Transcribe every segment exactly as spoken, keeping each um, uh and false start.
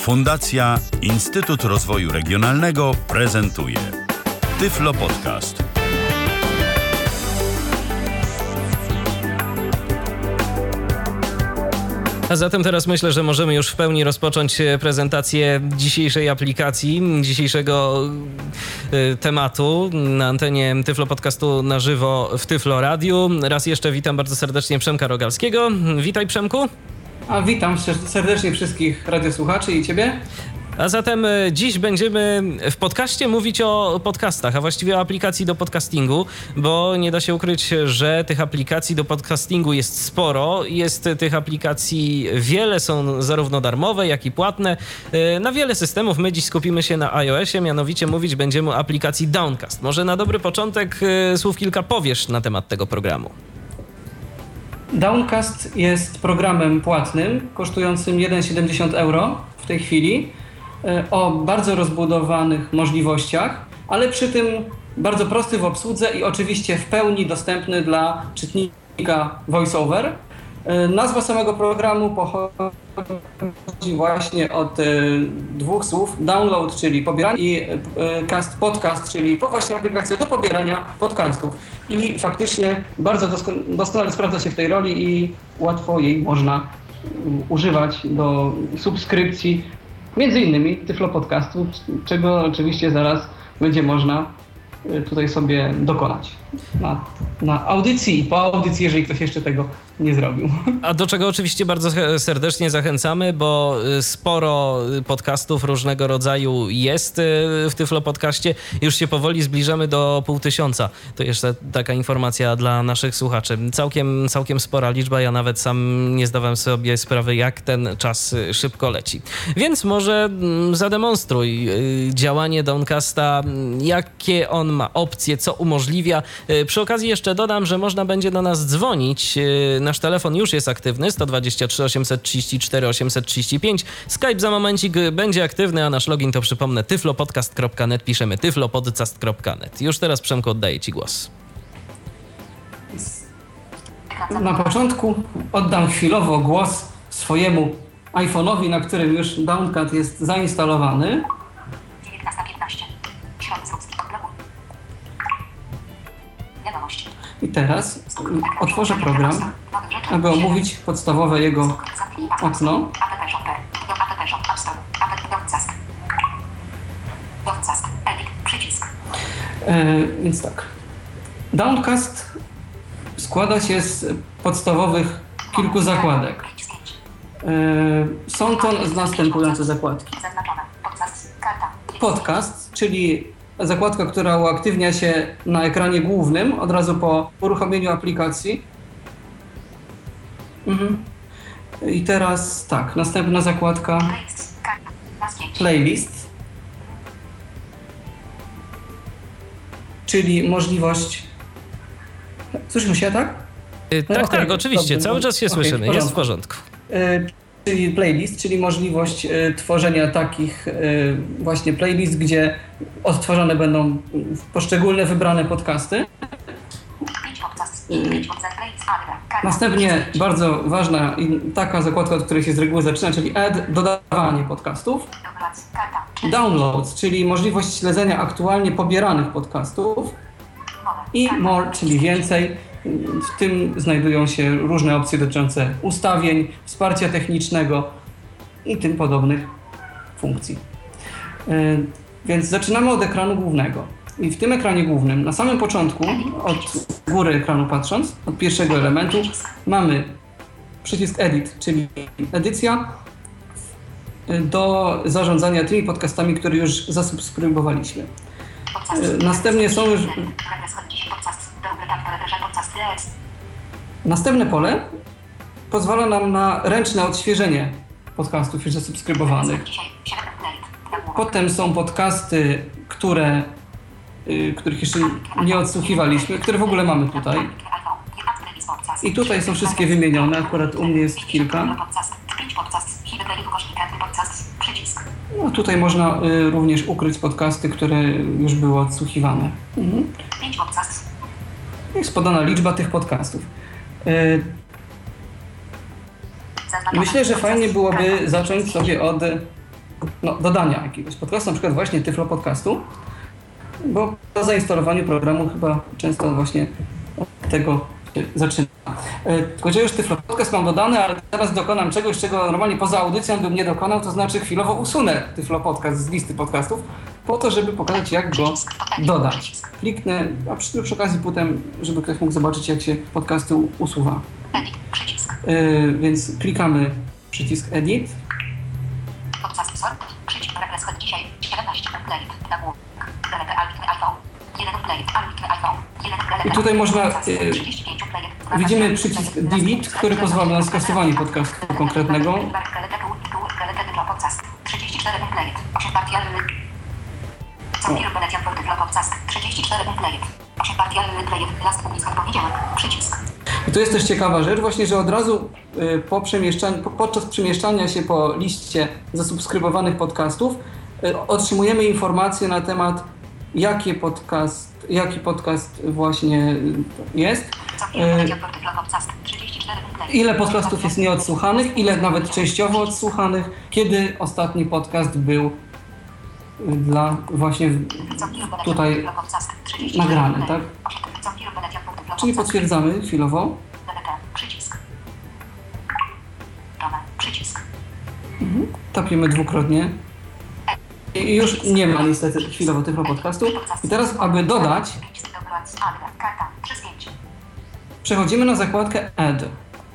Fundacja Instytut Rozwoju Regionalnego prezentuje Tyflo Podcast. A zatem teraz myślę, że możemy już w pełni rozpocząć prezentację dzisiejszej aplikacji, dzisiejszego y, tematu na antenie Tyflo Podcastu na żywo w Tyflo Radiu. Raz jeszcze witam bardzo serdecznie Przemka Rogalskiego. Witaj, Przemku. A witam serdecznie wszystkich radiosłuchaczy i Ciebie. A zatem dziś będziemy w podcaście mówić o podcastach, a właściwie o aplikacji do podcastingu, bo nie da się ukryć, że tych aplikacji do podcastingu jest sporo. Jest tych aplikacji wiele, są zarówno darmowe, jak i płatne. Na wiele systemów my dziś skupimy się na iOSie, mianowicie mówić będziemy o aplikacji Downcast. Może na dobry początek słów kilka powiesz na temat tego programu. Downcast jest programem płatnym, kosztującym jeden przecinek siedemdziesiąt euro w tej chwili, o bardzo rozbudowanych możliwościach, ale przy tym bardzo prosty w obsłudze i oczywiście w pełni dostępny dla czytnika VoiceOver. Nazwa samego programu pochodzi właśnie od dwóch słów: download, czyli pobieranie, i cast, podcast, czyli właśnie aplikacja do pobierania podcastów. I faktycznie bardzo doskonale sprawdza się w tej roli i łatwo jej można używać do subskrypcji, między innymi Tyflo Podcastu, czego oczywiście zaraz będzie można tutaj sobie dokonać na, na audycji i po audycji, jeżeli ktoś jeszcze tego nie zrobił. A do czego oczywiście bardzo serdecznie zachęcamy, bo sporo podcastów różnego rodzaju jest w Tyflo Podcaście. Już się powoli zbliżamy do pół tysiąca. To jeszcze taka informacja dla naszych słuchaczy. Całkiem, całkiem spora liczba. Ja nawet sam nie zdawałem sobie sprawy, jak ten czas szybko leci. Więc może zademonstruj działanie Downcasta, jakie on ma opcje, co umożliwia. Przy okazji jeszcze dodam, że można będzie do nas dzwonić. Nasz telefon już jest aktywny, sto dwadzieścia trzy osiemset trzydzieści cztery osiemset trzydzieści pięć. Skype za momencik będzie aktywny, a nasz login to, przypomnę, tyflopodcast kropka net. Piszemy tyflopodcast kropka net. Już teraz, Przemku, oddaję Ci głos. Na początku oddam chwilowo głos swojemu iPhone'owi, na którym już Downcast jest zainstalowany. dziewiętnasta piętnaście. Środek słupski. Blokuj. Wiadomości. I teraz otworzę program, aby omówić podstawowe jego okno. E, więc tak. Downcast składa się z podstawowych kilku zakładek. E, są to następujące zakładki. Podcast, czyli zakładka, która uaktywnia się na ekranie głównym od razu po uruchomieniu aplikacji. Mhm. I teraz tak, następna zakładka Playlist, czyli możliwość... Słyszymy się, tak? Yy, no, tak, okay, tak, oczywiście, dobrze, cały czas się okay, słyszymy, w jest w porządku. Yy, czyli playlist, czyli możliwość y, tworzenia takich y, właśnie playlist, gdzie odtwarzane będą poszczególne wybrane podcasty. Y, następnie bardzo ważna i taka zakładka, od której się z reguły zaczyna, czyli add, dodawanie podcastów. Downloads, czyli możliwość śledzenia aktualnie pobieranych podcastów. I more, czyli więcej. W tym znajdują się różne opcje dotyczące ustawień, wsparcia technicznego i tym podobnych funkcji. Yy, więc zaczynamy od ekranu głównego. I w tym ekranie głównym, na samym początku, od góry ekranu patrząc, od pierwszego elementu, mamy przycisk Edit, czyli edycja do zarządzania tymi podcastami, które już zasubskrybowaliśmy. Yy, następnie są już... Następne pole pozwala nam na ręczne odświeżenie podcastów już zasubskrybowanych. Potem są podcasty, które, y, których jeszcze nie odsłuchiwaliśmy, które w ogóle mamy tutaj. I tutaj są wszystkie wymienione, akurat u mnie jest kilka. No tutaj można y, również ukryć podcasty, które już były odsłuchiwane. Mhm. Jest podana liczba tych podcastów. Y, myślę, że fajnie byłoby zacząć sobie od no, dodania jakiegoś podcastu, na przykład właśnie Tyflo Podcastu, bo po zainstalowaniu programu chyba często właśnie od tego się zaczyna. Tylko już Tyflo Podcast mam dodany, ale teraz dokonam czegoś, czego normalnie poza audycją bym nie dokonał, to znaczy chwilowo usunę Tyflo Podcast z listy podcastów, po to, żeby pokazać, jak go dodać. Kliknę, a przy, przy okazji potem, żeby ktoś mógł zobaczyć, jak się podcasty usuwa. Edit. Przycisk. Yy, więc klikamy przycisk Edit. Podcast sort. Przycisk. Regres hot dzisiaj. siedemnaście. Play. Nagłówek. Delegate albitny iPhone. jeden play. Albitny iPhone. jeden play. I tutaj można, yy, widzimy przycisk Delete, który pozwala na skasowanie podcastu konkretnego. trzydzieści cztery play. osiem partialny. Zamknij Benetian Porty Flow Podcast. trzydzieści cztery play. osiem partialny play. Last public od poniedziałek. Przycisk. I to jest też ciekawa rzecz, właśnie, że od razu y, po przemieszczaniu, po, podczas przemieszczania się po liście zasubskrybowanych podcastów y, otrzymujemy informacje na temat, jaki podcast, jaki podcast właśnie y, jest, y, ile podcastów jest nieodsłuchanych, ile nawet częściowo odsłuchanych, kiedy ostatni podcast był y, dla właśnie tutaj nagrany, tak? Czyli potwierdzamy chwilowo. Przycisk. Przycisk. Mhm. Tapimy dwukrotnie. I już nie ma niestety chwilowo Tyflo Podcastu. I teraz, aby dodać, przechodzimy na zakładkę Add,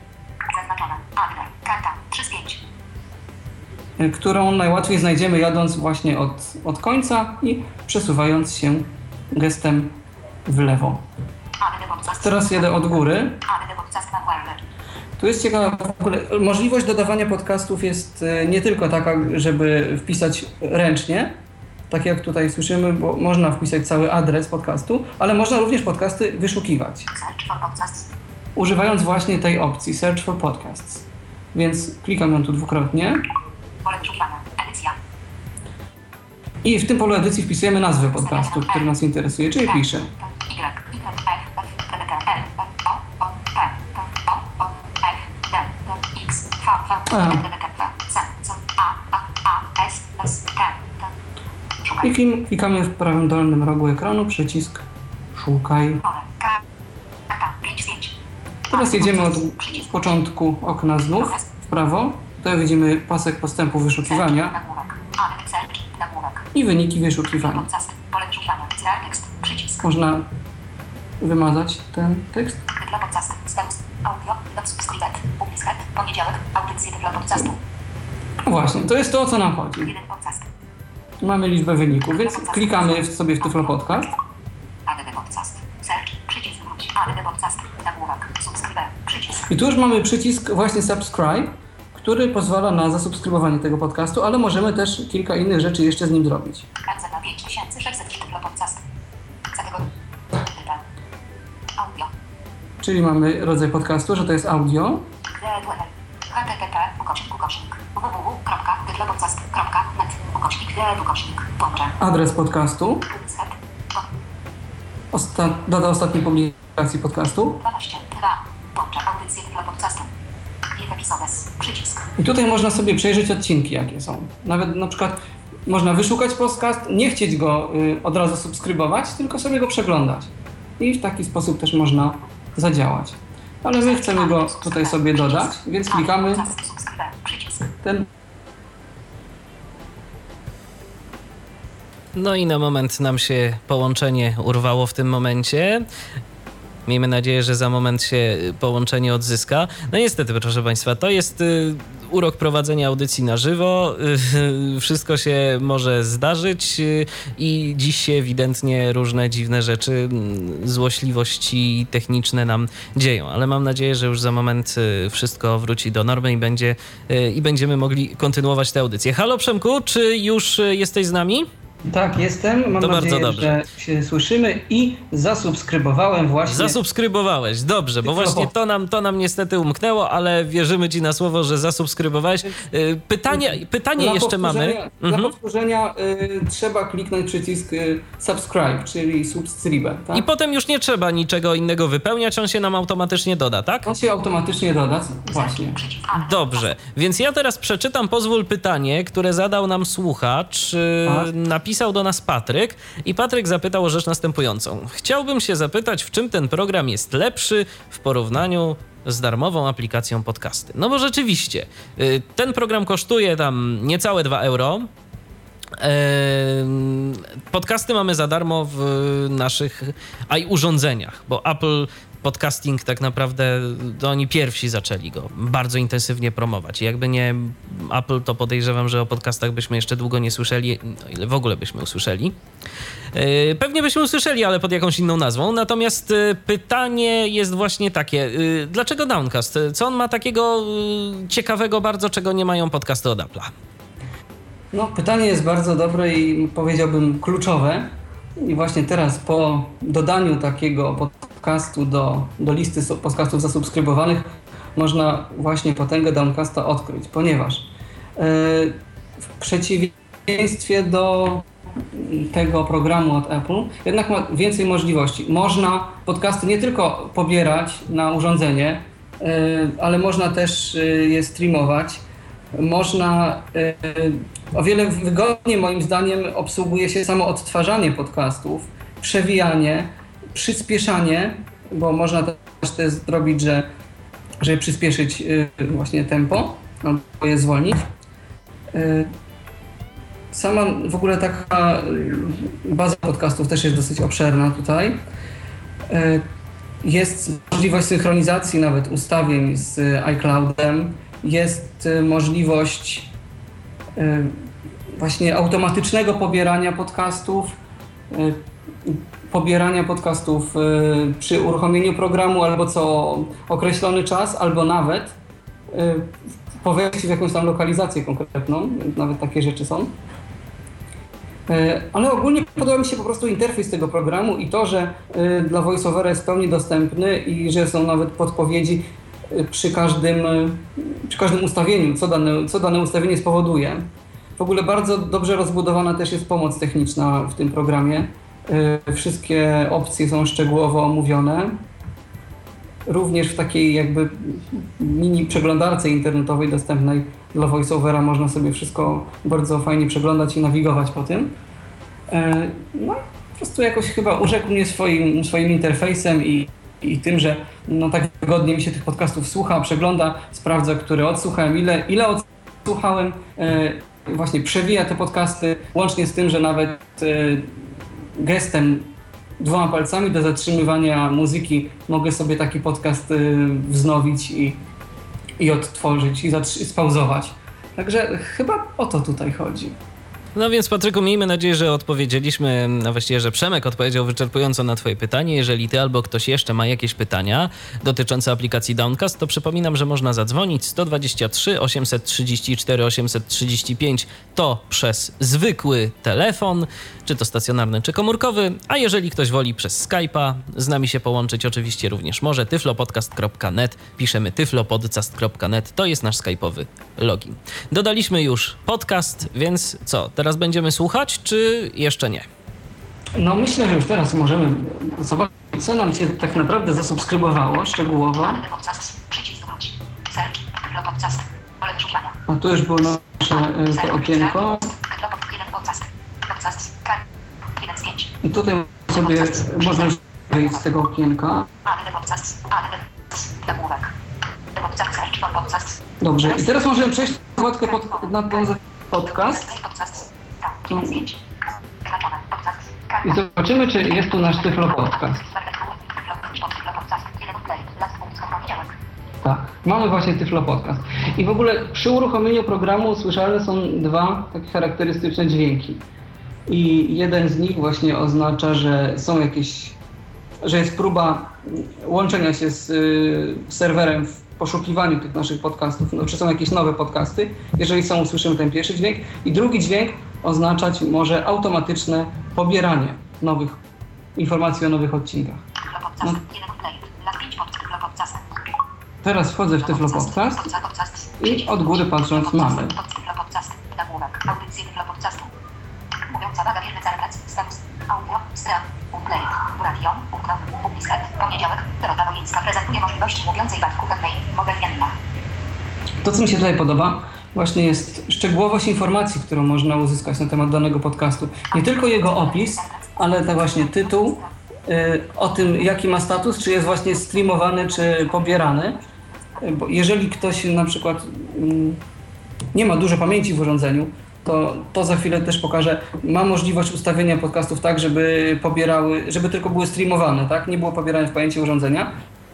którą najłatwiej znajdziemy jadąc właśnie od, od końca i przesuwając się gestem w lewo. Teraz jedę od góry. Tu jest ciekawa w ogóle, możliwość dodawania podcastów jest nie tylko taka, żeby wpisać ręcznie, tak jak tutaj słyszymy, bo można wpisać cały adres podcastu, ale można również podcasty wyszukiwać, używając właśnie tej opcji Search for Podcasts. Więc klikam ją tu dwukrotnie. I w tym polu edycji wpisujemy nazwę podcastu, który nas interesuje, czyli piszę I klikamy w prawym dolnym rogu ekranu przycisk Szukaj. Teraz jedziemy od początku okna znów w prawo. Tutaj widzimy pasek postępu wyszukiwania i wyniki wyszukiwania. Można wymazać ten tekst. No właśnie, to jest to, o co nam chodzi. Mamy liczbę wyników, więc klikamy sobie w Tyflo Podcast. I tu już mamy przycisk właśnie Subscribe, który pozwala na zasubskrybowanie tego podcastu, ale możemy też kilka innych rzeczy jeszcze z nim zrobić. Czyli mamy rodzaj podcastu, że to jest audio. Adres podcastu. Osta- data ostatniej publikacji podcastu. I tutaj można sobie przejrzeć odcinki, jakie są. Nawet na przykład można wyszukać podcast, nie chcieć go y, od razu subskrybować, tylko sobie go przeglądać. I w taki sposób też można zadziałać. Ale my chcemy go tutaj sobie dodać, więc klikamy ten. No i na moment nam się połączenie urwało w tym momencie. Miejmy nadzieję, że za moment się połączenie odzyska. No niestety, proszę Państwa, to jest y, urok prowadzenia audycji na żywo. Y, wszystko się może zdarzyć y, i dziś się ewidentnie różne dziwne rzeczy, y, złośliwości techniczne nam dzieją. Ale mam nadzieję, że już za moment y, wszystko wróci do normy i, będzie, y, i będziemy mogli kontynuować tę audycję. Halo Przemku, czy już y, jesteś z nami? Tak, jestem. Mam to nadzieję, bardzo dobrze. że się słyszymy i zasubskrybowałem właśnie. Zasubskrybowałeś, dobrze, bo właśnie to nam, to nam niestety umknęło, ale wierzymy ci na słowo, że zasubskrybowałeś. Pytanie, pytanie dla jeszcze mamy. Dla mhm. powtórzenia y, trzeba kliknąć przycisk y, subscribe, czyli subscribe. Tak? I potem już nie trzeba niczego innego wypełniać, on się nam automatycznie doda, tak? On się automatycznie doda, właśnie. Dobrze, więc ja teraz przeczytam, pozwól, pytanie, które zadał nam słuchacz. Tak. Napisał do nas Patryk i Patryk zapytał o rzecz następującą. Chciałbym się zapytać, w czym ten program jest lepszy w porównaniu z darmową aplikacją podcasty. No bo rzeczywiście, ten program kosztuje tam niecałe dwa euro. Podcasty mamy za darmo w naszych urządzeniach, bo Apple podcasting tak naprawdę, to oni pierwsi zaczęli go bardzo intensywnie promować. I jakby nie Apple, to podejrzewam, że o podcastach byśmy jeszcze długo nie słyszeli, no ile w ogóle byśmy usłyszeli. Pewnie byśmy usłyszeli, ale pod jakąś inną nazwą. Natomiast pytanie jest właśnie takie, dlaczego Downcast? Co on ma takiego ciekawego bardzo, czego nie mają podcasty od Apple'a? No, pytanie jest bardzo dobre i powiedziałbym kluczowe. I właśnie teraz po dodaniu takiego podcastu do, do listy podcastów zasubskrybowanych można właśnie potęgę Downcasta odkryć, ponieważ yy, w przeciwieństwie do tego programu od Apple jednak ma więcej możliwości. Można podcasty nie tylko pobierać na urządzenie, yy, ale można też yy, je streamować. Można y, o wiele wygodniej, moim zdaniem, obsługuje się samo odtwarzanie podcastów, przewijanie, przyspieszanie, bo można też to zrobić, że, żeby przyspieszyć y, właśnie tempo albo je zwolnić. Y, sama w ogóle taka baza podcastów też jest dosyć obszerna tutaj. Y, jest możliwość synchronizacji nawet ustawień z iCloudem. Jest możliwość właśnie automatycznego pobierania podcastów, pobierania podcastów przy uruchomieniu programu albo co określony czas, albo nawet po wejściu w jakąś tam lokalizację konkretną, nawet takie rzeczy są. Ale ogólnie podoba mi się po prostu interfejs tego programu i to, że dla VoiceOvera jest w pełni dostępny i że są nawet podpowiedzi przy każdym, przy każdym ustawieniu, co dane, co dane ustawienie spowoduje. W ogóle bardzo dobrze rozbudowana też jest pomoc techniczna w tym programie. Wszystkie opcje są szczegółowo omówione. Również w takiej jakby mini przeglądarce internetowej dostępnej dla VoiceOvera można sobie wszystko bardzo fajnie przeglądać i nawigować po tym. No, po prostu jakoś chyba urzekł mnie swoim, swoim interfejsem i i tym, że no tak wygodnie mi się tych podcastów słucha, przegląda, sprawdza, które odsłuchałem, ile, ile odsłuchałem, e, właśnie przewija te podcasty, łącznie z tym, że nawet e, gestem dwoma palcami do zatrzymywania muzyki mogę sobie taki podcast e, wznowić i, i odtworzyć i zatrzy- spauzować. Także chyba o to tutaj chodzi. No więc, Patryku, miejmy nadzieję, że odpowiedzieliśmy, a właściwie, że Przemek odpowiedział wyczerpująco na twoje pytanie. Jeżeli ty albo ktoś jeszcze ma jakieś pytania dotyczące aplikacji Downcast, to przypominam, że można zadzwonić sto dwadzieścia trzy osiemset trzydzieści cztery osiemset trzydzieści pięć, to przez zwykły telefon, czy to stacjonarny, czy komórkowy, a jeżeli ktoś woli przez Skype'a z nami się połączyć, oczywiście również może, tyflopodcast kropka net, piszemy tyflopodcast kropka net, to jest nasz skype'owy login. Dodaliśmy już podcast, więc co, teraz będziemy słuchać, czy jeszcze nie? No myślę, że już teraz możemy zobaczyć, co nam się tak naprawdę zasubskrybowało szczegółowo. A tu już było nasze to okienko. I tutaj sobie można już wyjść z tego okienka. Dobrze, i teraz możemy przejść na zakładkę pod, na ten podcast. I zobaczymy, czy jest tu nasz Tyflo Podcast. Tak, mamy właśnie Tyflo Podcast. I w ogóle przy uruchomieniu programu słyszalne są dwa takie charakterystyczne dźwięki. I jeden z nich właśnie oznacza, że są jakieś, że jest próba łączenia się z y, serwerem w poszukiwaniu tych naszych podcastów, no, czy są jakieś nowe podcasty. Jeżeli są, usłyszymy ten pierwszy dźwięk. I drugi dźwięk oznaczać może automatyczne pobieranie nowych informacji o nowych odcinkach. No. Teraz wchodzę w Tyflo Podcast i od góry patrząc mamy mówiąca waga firmy Careplec, status, audio, stran, play, radio, publiskat, poniedziałek, Dorota Wojińska prezentuje możliwości mówiącej w kuchennej, modelnianna. To, co mi się tutaj podoba, właśnie jest szczegółowość informacji, którą można uzyskać na temat danego podcastu. Nie tylko jego opis, ale to właśnie tytuł, yy, o tym, jaki ma status, czy jest właśnie streamowany, czy pobierany. Yy, bo jeżeli ktoś na przykład yy, nie ma dużo pamięci w urządzeniu, to, to za chwilę też pokażę, ma możliwość ustawienia podcastów tak, żeby pobierały, żeby tylko były streamowane, tak? Nie było pobierane w pamięci urządzenia.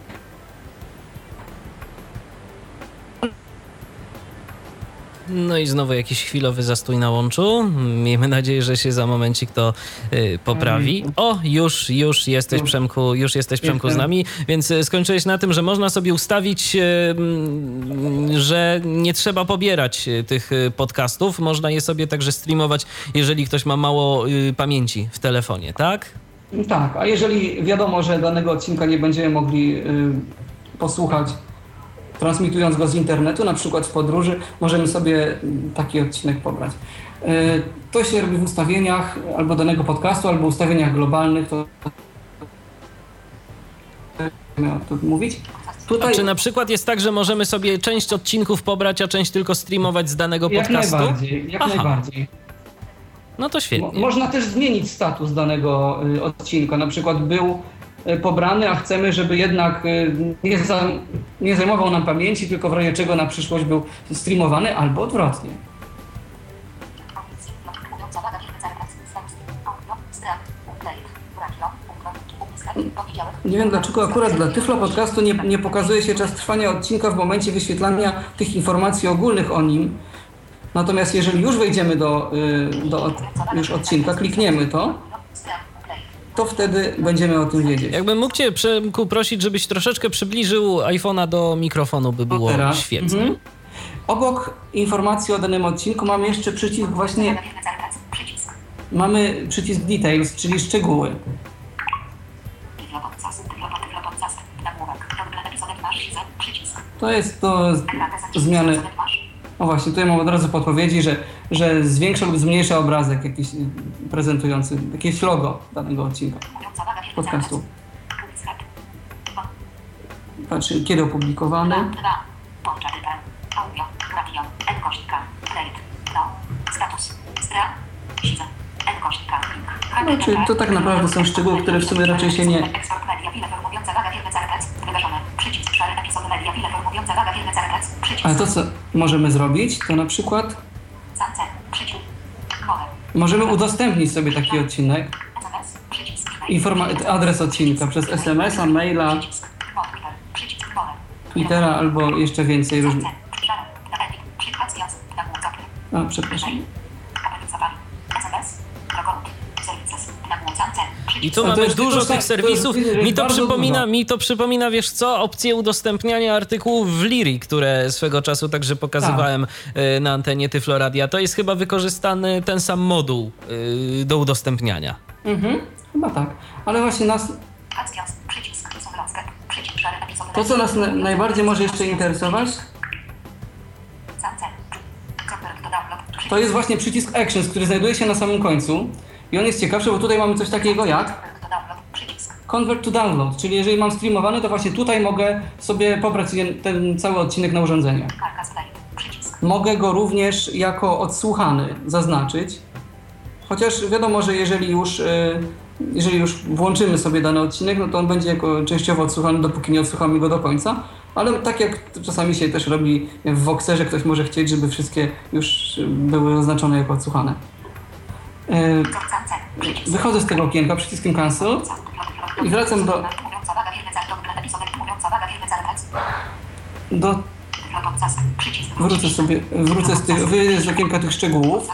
No i znowu jakiś chwilowy zastój na łączu. Miejmy nadzieję, że się za momencik to y, poprawi. O, już, już jesteś, Przemku, już jesteś, Przemku, z nami, więc skończyłeś na tym, że można sobie ustawić, y, że nie trzeba pobierać tych podcastów. Można je sobie także streamować, jeżeli ktoś ma mało y, pamięci w telefonie, tak? Tak, a jeżeli wiadomo, że danego odcinka nie będziemy mogli y, posłuchać, transmitując go z internetu, na przykład w podróży, możemy sobie taki odcinek pobrać. To się robi w ustawieniach albo danego podcastu, albo ustawieniach globalnych. To miałem tu mówić. Tutaj... A czy na przykład jest tak, że możemy sobie część odcinków pobrać, a część tylko streamować z danego jak podcastu? Najbardziej, jak Aha. najbardziej. No to świetnie. Mo- można też zmienić status danego y, odcinka. Na przykład był y, pobrany, a chcemy, żeby jednak y, nie, za, nie zajmował nam pamięci, tylko w razie czego na przyszłość był streamowany, albo odwrotnie. Nie wiem dlaczego akurat dla Tyflo Podcastu nie, nie pokazuje się czas trwania odcinka w momencie wyświetlania tych informacji ogólnych o nim. Natomiast jeżeli już wejdziemy do, do od, już odcinka, klikniemy to, to wtedy będziemy o tym wiedzieć. Jakbym mógł Cię, Przemku, prosić, żebyś troszeczkę przybliżył iPhone'a do mikrofonu, by było Teraz. świetnie. Mhm. Obok informacji o danym odcinku mamy jeszcze przycisk właśnie, mamy przycisk Details, czyli szczegóły. To jest to zmiany. O właśnie, tutaj mam od razu podpowiedzi, że, że zwiększa lub zmniejsza obrazek jakiś prezentujący, jakieś logo danego odcinka podcastu. Patrzę, kiedy opublikowany. No, czyli to tak naprawdę są szczegóły, które w sumie raczej się nie... Ale to, co możemy zrobić, to na przykład możemy udostępnić sobie taki odcinek, Informa- adres odcinka przez es em es a, maila, Twittera albo jeszcze więcej różnych. A, przepraszam. I tu A mamy jest dużo tylko- tych serwisów. to jest Mi to, bardzo przypomina, dużo. mi to przypomina, wiesz co, opcję udostępniania artykułów w Liri, które swego czasu także pokazywałem y, na antenie Tyflo Radia. To jest chyba wykorzystany ten sam moduł y, do udostępniania. Mhm, chyba tak. Ale właśnie nas... To, co nas na, najbardziej może jeszcze interesować, to jest właśnie przycisk Actions, który znajduje się na samym końcu. I on jest ciekawszy, bo tutaj mamy coś takiego jak Convert to Download, czyli jeżeli mam streamowany, to właśnie tutaj mogę sobie pobrać ten cały odcinek na urządzenie. Mogę go również jako odsłuchany zaznaczyć, chociaż wiadomo, że jeżeli już, jeżeli już włączymy sobie dany odcinek, no to on będzie jako częściowo odsłuchany, dopóki nie odsłuchamy go do końca, ale tak jak czasami się też robi w Voxerze, ktoś może chcieć, żeby wszystkie już były oznaczone jako odsłuchane. Wychodzę z tego okienka przyciskiem Cancel i wracam do... do wrócę sobie, wrócę z, tych, wyjdę z okienka tych szczegółów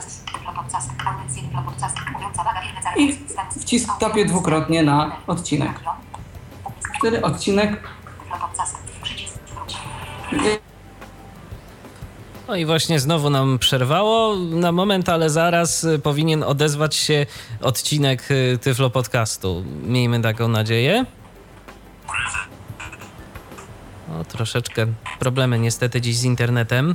i wcisk tapię dwukrotnie na odcinek. Wtedy odcinek... No i właśnie znowu nam przerwało na moment, ale zaraz powinien odezwać się odcinek Tyflo Podcastu. Miejmy taką nadzieję. O, troszeczkę problemy niestety dziś z internetem.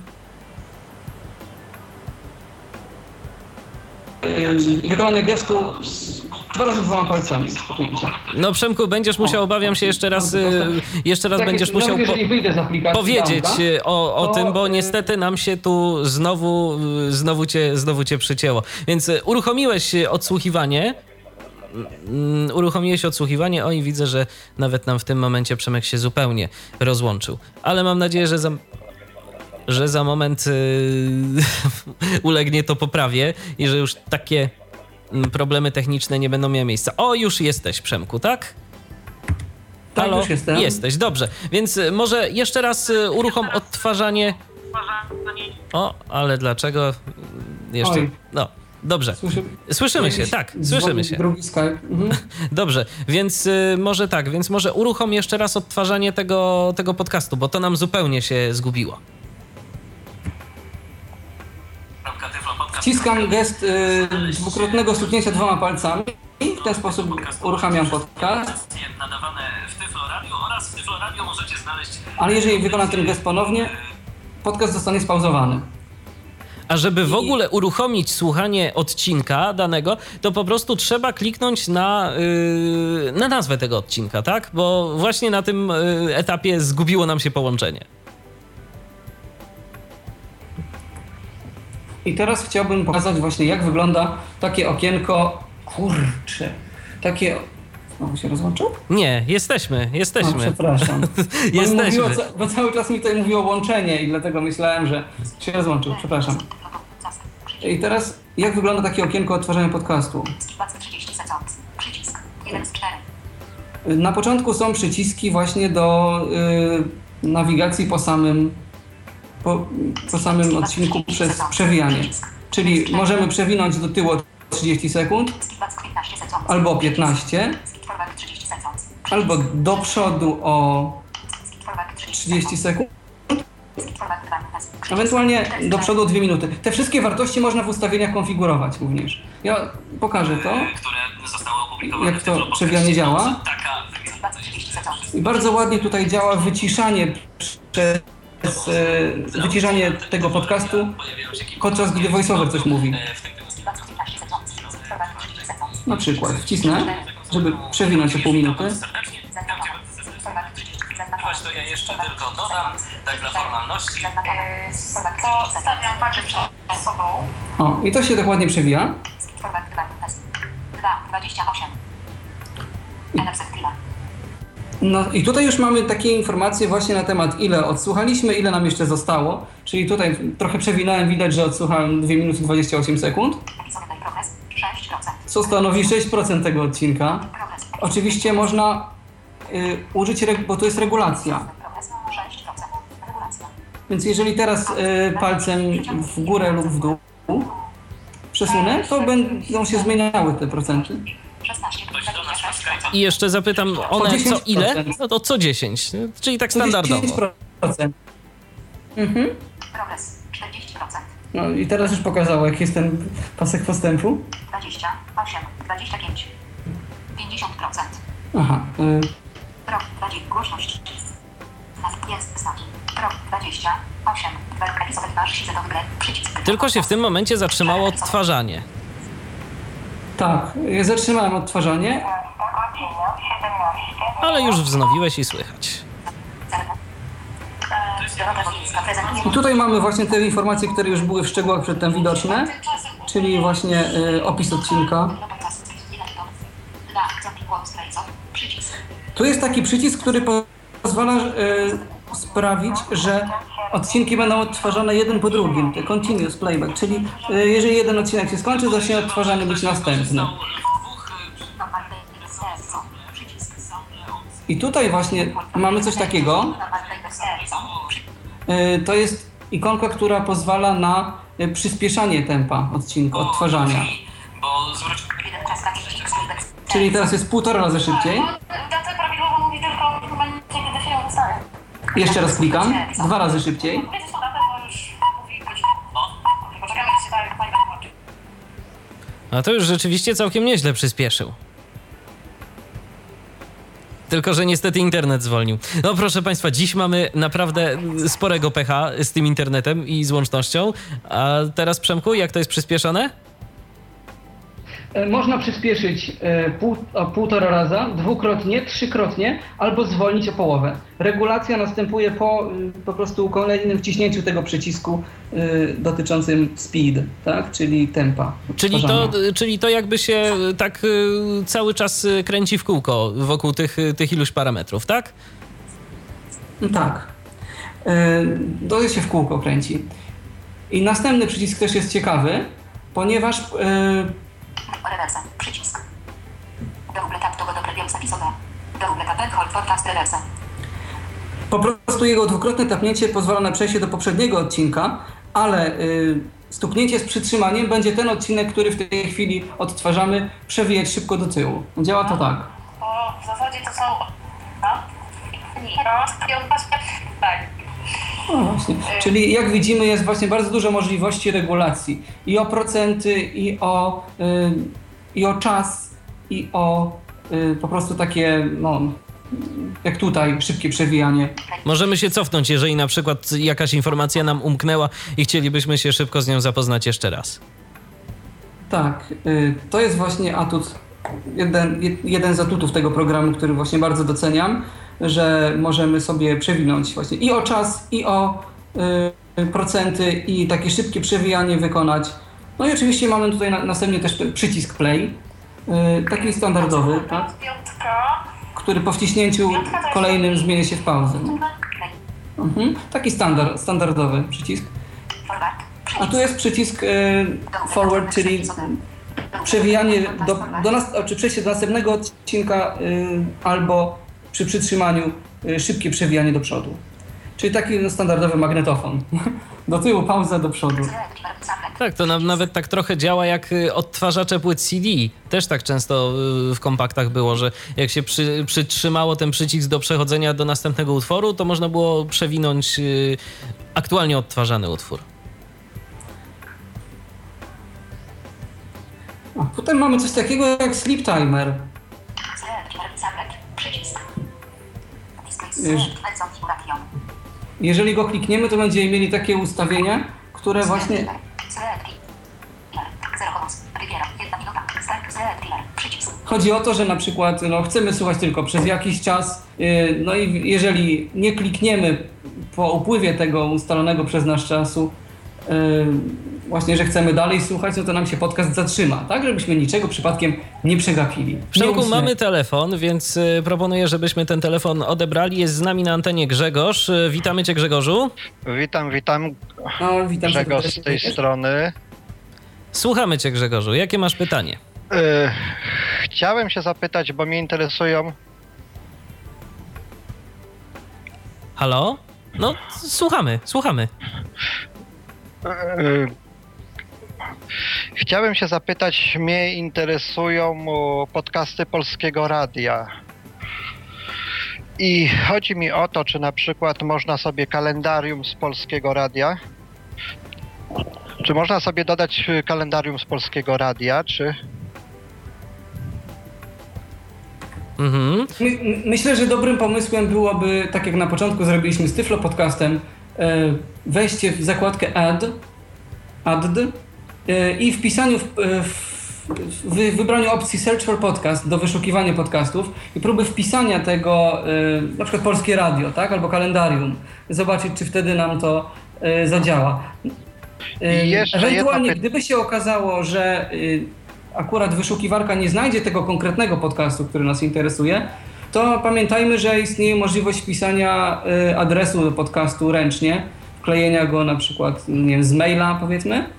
Wykonanie gestu dwa razy dwoma palcami. No Przemku, będziesz musiał, obawiam się, jeszcze raz, jeszcze raz tak, będziesz nawet musiał jeżeli wyjdę z aplikacji powiedzieć Launcha, o, o to, tym, bo y- niestety nam się tu znowu, znowu, cię, znowu cię przycięło. Więc uruchomiłeś odsłuchiwanie. Mm, Uruchomiłeś odsłuchiwanie. Oj, widzę, że nawet nam w tym momencie Przemek się zupełnie rozłączył. Ale mam nadzieję, że za... że za moment yy, ulegnie to poprawie i że już takie problemy techniczne nie będą miały miejsca. O, już jesteś, Przemku, tak? Tak, Halo? już jestem. Jesteś, dobrze. Więc może jeszcze raz uruchom odtwarzanie. O, ale dlaczego jeszcze... Oj. No, dobrze. Słyszy... Słyszymy się, tak, słyszymy się. Drugi Skype. Mhm. Dobrze, więc y, może tak, więc może uruchom jeszcze raz odtwarzanie tego, tego podcastu, bo to nam zupełnie się zgubiło. Wciskam gest y, dwukrotnego stuknięcia dwoma palcami i w ten sposób uruchamiam podcast. Nadawane w Tyflo Radio oraz w Tyflo Radio możecie znaleźć... Ale jeżeli wykonam ten gest ponownie, podcast zostanie spauzowany. A żeby w ogóle uruchomić słuchanie odcinka danego, to po prostu trzeba kliknąć na, yy, na nazwę tego odcinka, tak? Bo właśnie na tym yy, etapie zgubiło nam się połączenie. I teraz chciałbym pokazać właśnie, jak wygląda takie okienko. Kurczę, takie... Znowu się rozłączył? Nie, jesteśmy, jesteśmy. O, przepraszam. Bo, Jesteśmy. mówiło, bo cały czas mi tutaj mówiło łączenie i dlatego myślałem, że się rozłączył. Przepraszam. I teraz, jak wygląda takie okienko odtwarzania podcastu? trzydzieści sekund. Przycisk. jeden z czterech. Na początku są przyciski właśnie do y, nawigacji po samym, po, po samym odcinku przez przewijanie. Czyli możemy przewinąć do tyłu o trzydzieści sekund, albo o piętnaście, albo do przodu o trzydzieści sekund, ewentualnie do przodu o dwie minuty. Te wszystkie wartości można w ustawieniach konfigurować również. Ja pokażę to, jak to przewijanie działa. I bardzo ładnie tutaj działa wyciszanie przez e, wyciszanie tego podcastu, podczas gdy voiceover coś mówi. Na przykład wcisnę, żeby przewinąć o pół minuty. To ja jeszcze tylko dodam, tak dla formalności. O, i to się tak ładnie przewija. No i tutaj już mamy takie informacje właśnie na temat, ile odsłuchaliśmy, ile nam jeszcze zostało. Czyli tutaj trochę przewinąłem, widać, że odsłuchałem dwie minuty dwadzieścia osiem sekund. Co stanowi sześć procent tego odcinka. Oczywiście można y, użyć, bo to jest regulacja. Więc jeżeli teraz y, palcem w górę lub w dół przesunę, to będą się zmieniały te procenty. I jeszcze zapytam, one co ile? No to co dziesięć, czyli tak standardowo. dziesięć procent. Mhm. Progres czterdzieści procent. No i teraz już pokazało, jaki jest ten pasek postępu. dwadzieścia osiem, dwadzieścia pięć, pięćdziesiąt procent. Aha. Y- Rok, dwadzieścia, głośność. Jest znaki. Rok, dwadzieścia osiem, epizodet masz siedzę do grę, przycisk. Tylko się w tym momencie zatrzymało odtwarzanie. Tak, ja zatrzymałem odtwarzanie. Ale już wznowiłeś i słychać. I tutaj mamy właśnie te informacje, które już były w szczegółach przedtem widoczne, czyli właśnie y, opis odcinka. Tu jest taki przycisk, który pozwala y, sprawić, że odcinki będą odtwarzane jeden po drugim, te continuous playback, czyli y, jeżeli jeden odcinek się skończy, zacznie odtwarzany być następny. I tutaj właśnie mamy coś takiego. Y, to jest ikonka, która pozwala na y, przyspieszanie tempa odcinka, odtwarzania. Czyli teraz jest półtora razy szybciej. Jeszcze raz klikam. Dwa razy szybciej. A to już rzeczywiście całkiem nieźle przyspieszył. Tylko że niestety internet zwolnił. No proszę Państwa, dziś mamy naprawdę sporego pecha z tym internetem i z łącznością. A teraz, Przemku, jak to jest przyspieszone? Można przyspieszyć pół, o półtora raza, dwukrotnie, trzykrotnie, albo zwolnić o połowę. Regulacja następuje po po prostu kolejnym wciśnięciu tego przycisku y, dotyczącym speed, tak? Czyli tempa. Czyli to, czyli to jakby się tak y, cały czas kręci w kółko wokół tych, tych iluś parametrów, tak? Tak. Y, to się w kółko kręci. I następny przycisk też jest ciekawy, ponieważ... Y, Rewersa. Przycisk. Double tap to go do preview zapisowe. Double tap hold podcast reversa. Po prostu jego dwukrotne tapnięcie pozwala na przejście do poprzedniego odcinka, ale y, stuknięcie z przytrzymaniem będzie ten odcinek, który w tej chwili odtwarzamy, przewijać szybko do tyłu. Działa to tak. O, w zasadzie to są... No. Nie, no, tak. No właśnie. Czyli jak widzimy, jest właśnie bardzo dużo możliwości regulacji i o procenty, i o, y, i o czas, i o y, po prostu takie, no, jak tutaj, szybkie przewijanie. Możemy się cofnąć, jeżeli na przykład jakaś informacja nam umknęła i chcielibyśmy się szybko z nią zapoznać jeszcze raz. Tak, y, to jest właśnie atut, jeden, jeden z atutów tego programu, który właśnie bardzo doceniam, że możemy sobie przewinąć właśnie i o czas, i o y, procenty, i takie szybkie przewijanie wykonać. No i oczywiście mamy tutaj na, następnie też przycisk play, y, taki standardowy, tak? Który po wciśnięciu kolejnym zmieni się w pauzę. Mhm. Taki standard, standardowy przycisk. A tu jest przycisk y, forward, czyli przewijanie do, do nas, czy przejście do następnego odcinka y, albo przy przytrzymaniu y, szybkie przewijanie do przodu. Czyli taki no, standardowy magnetofon. Do tyłu pauza, do przodu. Tak, to nam nawet tak trochę działa jak odtwarzacze płyt C D. Też tak często w kompaktach było, że jak się przy, przytrzymało ten przycisk do przechodzenia do następnego utworu, to można było przewinąć y, aktualnie odtwarzany utwór. A potem mamy coś takiego jak sleep timer. Jeżeli go klikniemy, to będziemy mieli takie ustawienia, które właśnie... Chodzi o to, że na przykład no, chcemy słuchać tylko przez jakiś czas, yy, no i jeżeli nie klikniemy po upływie tego ustalonego przez nas czasu, yy, właśnie, że chcemy dalej słuchać, no to nam się podcast zatrzyma, tak? Żebyśmy niczego przypadkiem nie przegapili. Przemku, mamy telefon, więc y, proponuję, żebyśmy ten telefon odebrali. Jest z nami na antenie Grzegorz. Y, witamy Cię, Grzegorzu. Witam, witam. No, witam Grzegorz z tej strony. Słuchamy Cię, Grzegorzu. Jakie masz pytanie? Yy, chciałem się zapytać, bo mnie interesują... Halo? No, słuchamy, słuchamy. Yy, Chciałem się zapytać, mnie interesują podcasty Polskiego Radia. I chodzi mi o to, czy na przykład można sobie kalendarium z Polskiego Radia, czy można sobie dodać kalendarium z Polskiego Radia, czy... Mhm. My, myślę, że dobrym pomysłem byłoby, tak jak na początku zrobiliśmy z Tyflo Podcastem, wejście w zakładkę Add, Add i wpisaniu w, w, w wybraniu opcji Search for Podcast do wyszukiwania podcastów i próby wpisania tego, na przykład Polskie Radio, tak, albo kalendarium, zobaczyć, czy wtedy nam to zadziała. Ewentualnie, gdyby się okazało, że akurat wyszukiwarka nie znajdzie tego konkretnego podcastu, który nas interesuje, to pamiętajmy, że istnieje możliwość wpisania adresu do podcastu ręcznie, wklejenia go na przykład, nie wiem, z maila, powiedzmy,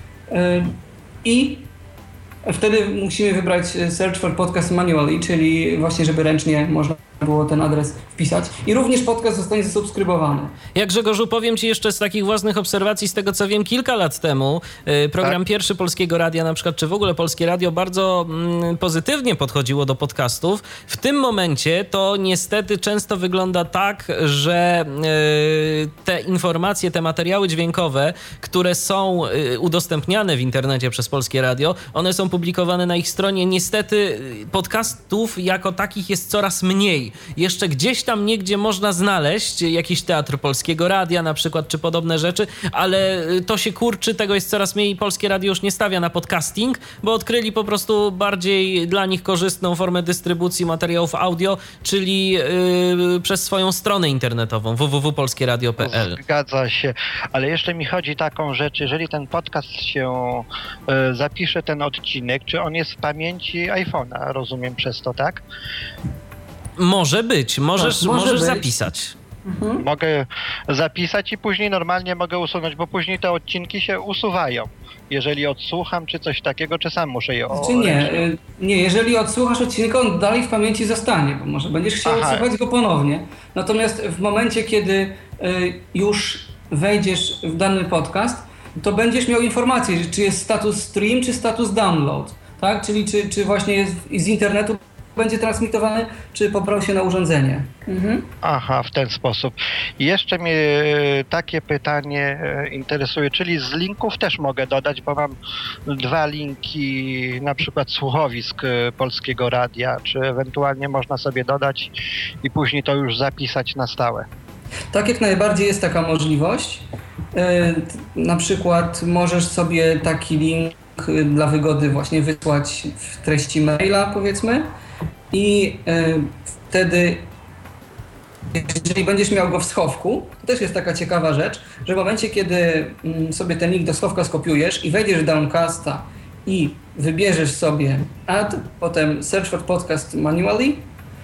i wtedy musimy wybrać Search for Podcast Manually, czyli właśnie, żeby ręcznie można było ten adres wpisać. I również podcast zostanie zasubskrybowany. Jak Grzegorzu, powiem Ci jeszcze z takich własnych obserwacji, z tego co wiem, kilka lat temu program tak. Pierwszy Polskiego Radia na przykład, czy w ogóle Polskie Radio bardzo mm, pozytywnie podchodziło do podcastów. W tym momencie to niestety często wygląda tak, że y, te informacje, te materiały dźwiękowe, które są y, udostępniane w internecie przez Polskie Radio, one są publikowane na ich stronie. Niestety podcastów jako takich jest coraz mniej. Jeszcze gdzieś tam niegdzie można znaleźć jakiś teatr Polskiego Radia na przykład, czy podobne rzeczy, ale to się kurczy, tego jest coraz mniej i Polskie Radio już nie stawia na podcasting, bo odkryli po prostu bardziej dla nich korzystną formę dystrybucji materiałów audio, czyli yy, przez swoją stronę internetową w w w kropka polskie radio kropka p l. Zgadza się, ale jeszcze mi chodzi taką rzecz, jeżeli ten podcast się y, zapisze, ten odcinek, czy on jest w pamięci iPhone'a, rozumiem przez to, tak? Może być, możesz, tak, może możesz być. zapisać. Mhm. Mogę zapisać i później normalnie mogę usunąć, bo później te odcinki się usuwają. Jeżeli odsłucham, czy coś takiego, czy sam muszę je Czy nie, y, nie, jeżeli odsłuchasz odcinka, on dalej w pamięci zostanie, bo może będziesz chciał Aha. odsłuchać go ponownie. Natomiast w momencie, kiedy y, już wejdziesz w dany podcast, to będziesz miał informację, czy jest status stream, czy status download, tak? Czyli czy, czy właśnie jest z internetu będzie transmitowany, czy pobrał się na urządzenie. Mhm. Aha, w ten sposób. I jeszcze mnie takie pytanie interesuje, czyli z linków też mogę dodać, bo mam dwa linki, na przykład słuchowisk Polskiego Radia, czy ewentualnie można sobie dodać i później to już zapisać na stałe. Tak, jak najbardziej jest taka możliwość. Na przykład możesz sobie taki link dla wygody właśnie wysłać w treści maila, powiedzmy, i y, wtedy, jeżeli będziesz miał go w schowku, to też jest taka ciekawa rzecz, że w momencie, kiedy y, sobie ten link do schowka skopiujesz i wejdziesz w Downcasta i wybierzesz sobie add, potem search for podcast manually, y,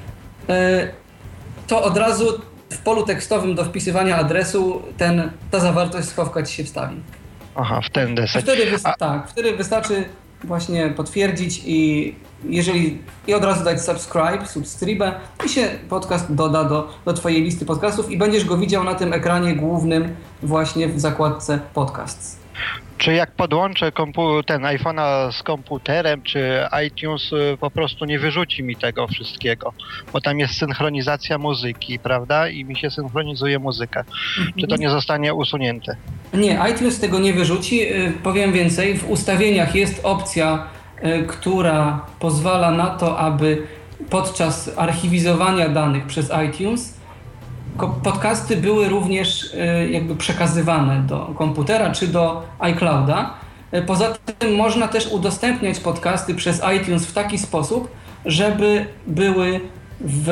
to od razu w polu tekstowym do wpisywania adresu ten, ta zawartość schowka ci się wstawi. Aha, w ten deseń. Wtedy, wys- A... tak, wtedy wystarczy właśnie potwierdzić i jeżeli i od razu dać subscribe, subscribe i się podcast doda do, do twojej listy podcastów i będziesz go widział na tym ekranie głównym właśnie w zakładce podcasts. Czy jak podłączę kompu- ten iPhone'a z komputerem, czy iTunes po prostu nie wyrzuci mi tego wszystkiego? Bo tam jest synchronizacja muzyki, prawda? I mi się synchronizuje muzyka. Mhm. Czy to nie zostanie usunięte? Nie, iTunes tego nie wyrzuci. Powiem więcej, w ustawieniach jest opcja, która pozwala na to, aby podczas archiwizowania danych przez iTunes podcasty były również jakby przekazywane do komputera czy do iClouda. Poza tym można też udostępniać podcasty przez iTunes w taki sposób, żeby były w,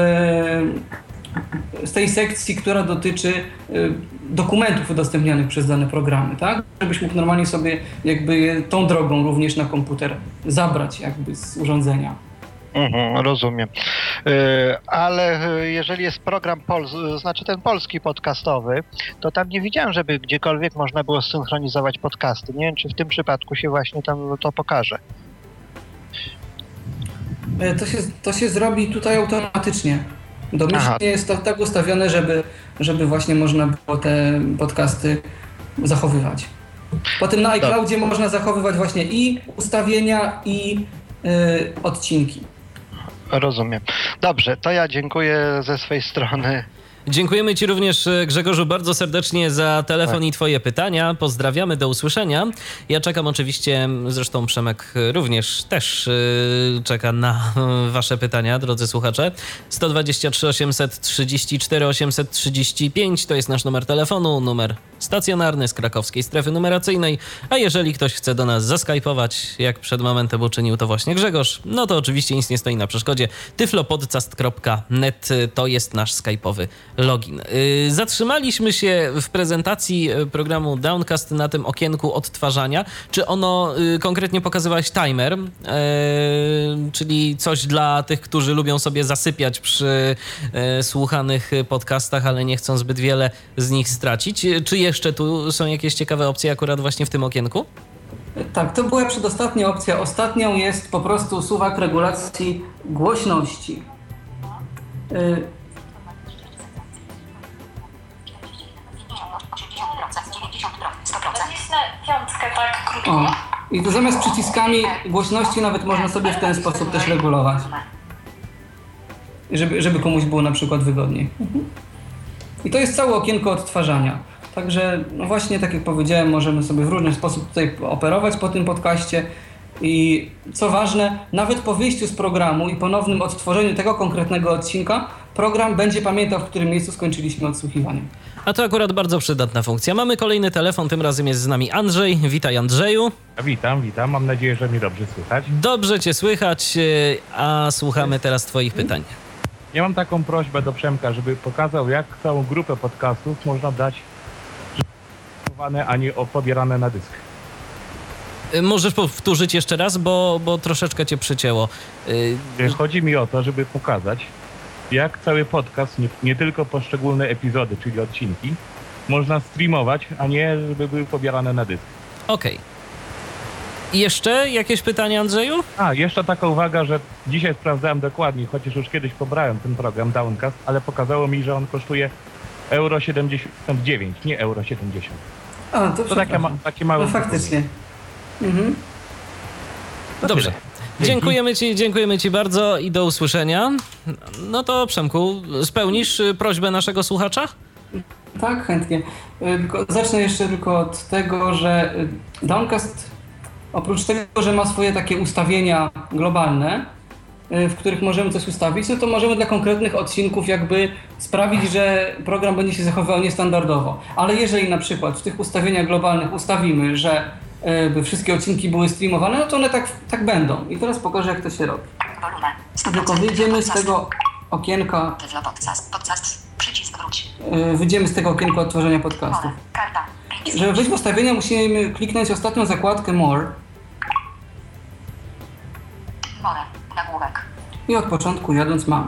z tej sekcji, która dotyczy dokumentów udostępnianych przez dane programy, tak? Żebyś mógł normalnie sobie jakby tą drogą również na komputer zabrać jakby z urządzenia. Mhm, rozumiem. Yy, ale jeżeli jest program, pol- znaczy ten polski podcastowy, to tam nie widziałem, żeby gdziekolwiek można było synchronizować podcasty. Nie wiem, czy w tym przypadku się właśnie tam to pokaże. To się, to się zrobi tutaj automatycznie. Domyślnie jest to tak ustawione, żeby, żeby właśnie można było te podcasty zachowywać. Potem na iCloudzie Dobrze. Można zachowywać właśnie i ustawienia, i yy, odcinki. Rozumiem. Dobrze, to ja dziękuję ze swojej strony. Dziękujemy Ci również, Grzegorzu, bardzo serdecznie za telefon tak. i Twoje pytania. Pozdrawiamy, do usłyszenia. Ja czekam oczywiście, zresztą Przemek również też yy, czeka na Wasze pytania, drodzy słuchacze. sto dwadzieścia trzy osiemset trzydzieści cztery osiemset trzydzieści pięć to jest nasz numer telefonu, numer stacjonarny z krakowskiej strefy numeracyjnej, a jeżeli ktoś chce do nas zaskajpować, jak przed momentem uczynił to właśnie Grzegorz, no to oczywiście nic nie stoi na przeszkodzie. tyflopodcast kropka net to jest nasz skype'owy login. Zatrzymaliśmy się w prezentacji programu Downcast na tym okienku odtwarzania. Czy ono konkretnie pokazywałeś timer, czyli coś dla tych, którzy lubią sobie zasypiać przy słuchanych podcastach, ale nie chcą zbyt wiele z nich stracić? Czy jeszcze tu są jakieś ciekawe opcje akurat właśnie w tym okienku? Tak, to była przedostatnia opcja. Ostatnią jest po prostu suwak regulacji głośności. Y, Nacisnę piątkę tak krótko. o. I to zamiast przyciskami głośności nawet można sobie w ten sposób też regulować. Żeby, żeby komuś było na przykład wygodniej. Mhm. I to jest całe okienko odtwarzania. Także no właśnie, tak jak powiedziałem, możemy sobie w różny sposób tutaj operować po tym podcaście. I co ważne, nawet po wyjściu z programu i ponownym odtworzeniu tego konkretnego odcinka, program będzie pamiętał, w którym miejscu skończyliśmy odsłuchiwanie. A to akurat bardzo przydatna funkcja. Mamy kolejny telefon, tym razem jest z nami Andrzej. Witaj, Andrzeju. Witam, witam. Mam nadzieję, że mnie dobrze słychać. Dobrze cię słychać, a słuchamy teraz twoich pytań. Ja mam taką prośbę do Przemka, żeby pokazał, jak całą grupę podcastów można dać chowane, a nie pobierane na dysk. Możesz powtórzyć jeszcze raz, bo, bo troszeczkę cię przycięło. Chodzi mi o to, żeby pokazać, jak cały podcast, nie, nie tylko poszczególne epizody, czyli odcinki, można streamować, a nie żeby były pobierane na dysk. Okej. I jeszcze jakieś pytanie, Andrzeju? A, jeszcze taka uwaga, że dzisiaj sprawdzałem dokładnie, chociaż już kiedyś pobrałem ten program Downcast, ale pokazało mi, że on kosztuje euro siedemdziesiąt dziewięć, nie euro siedemdziesiąt. A, to, To takie, ma, takie małe... No faktycznie. Mhm. Dobrze. Dziękujemy ci, dziękujemy ci bardzo i do usłyszenia. No to Przemku, spełnisz prośbę naszego słuchacza? Tak, chętnie. Tylko zacznę jeszcze tylko od tego, że Downcast oprócz tego, że ma swoje takie ustawienia globalne, w których możemy coś ustawić, no to możemy dla konkretnych odcinków jakby sprawić, że program będzie się zachowywał niestandardowo. Ale jeżeli na przykład w tych ustawieniach globalnych ustawimy, że by wszystkie odcinki były streamowane, no to one tak, tak będą. I teraz pokażę, jak to się robi. Tylko wyjdziemy z tego okienka, wyjdziemy z tego okienka odtworzenia podcastów. Żeby wejść w ustawienia, musimy kliknąć ostatnią zakładkę More. More, nagłówek. I od początku jadąc mamy.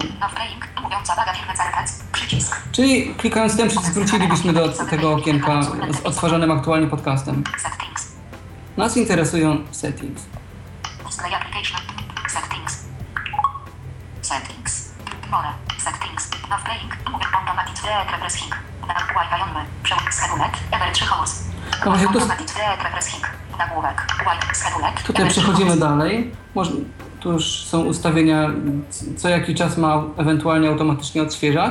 Czyli klikając ten przycisk wrócilibyśmy do tego okienka z odtworzonym aktualnie podcastem. Nas interesują settings. Display application. Settings. Settings. More. Settings. Now playing. Automatic flag repressing. Wi-Fi only. Przełącz schedulet. Ever trzy hours. Automatic flag repressing. Nagłówek. Wi-Fi schedulet. Tutaj przechodzimy dalej. Można, tu już są ustawienia, co jaki czas ma ewentualnie automatycznie odświeżać.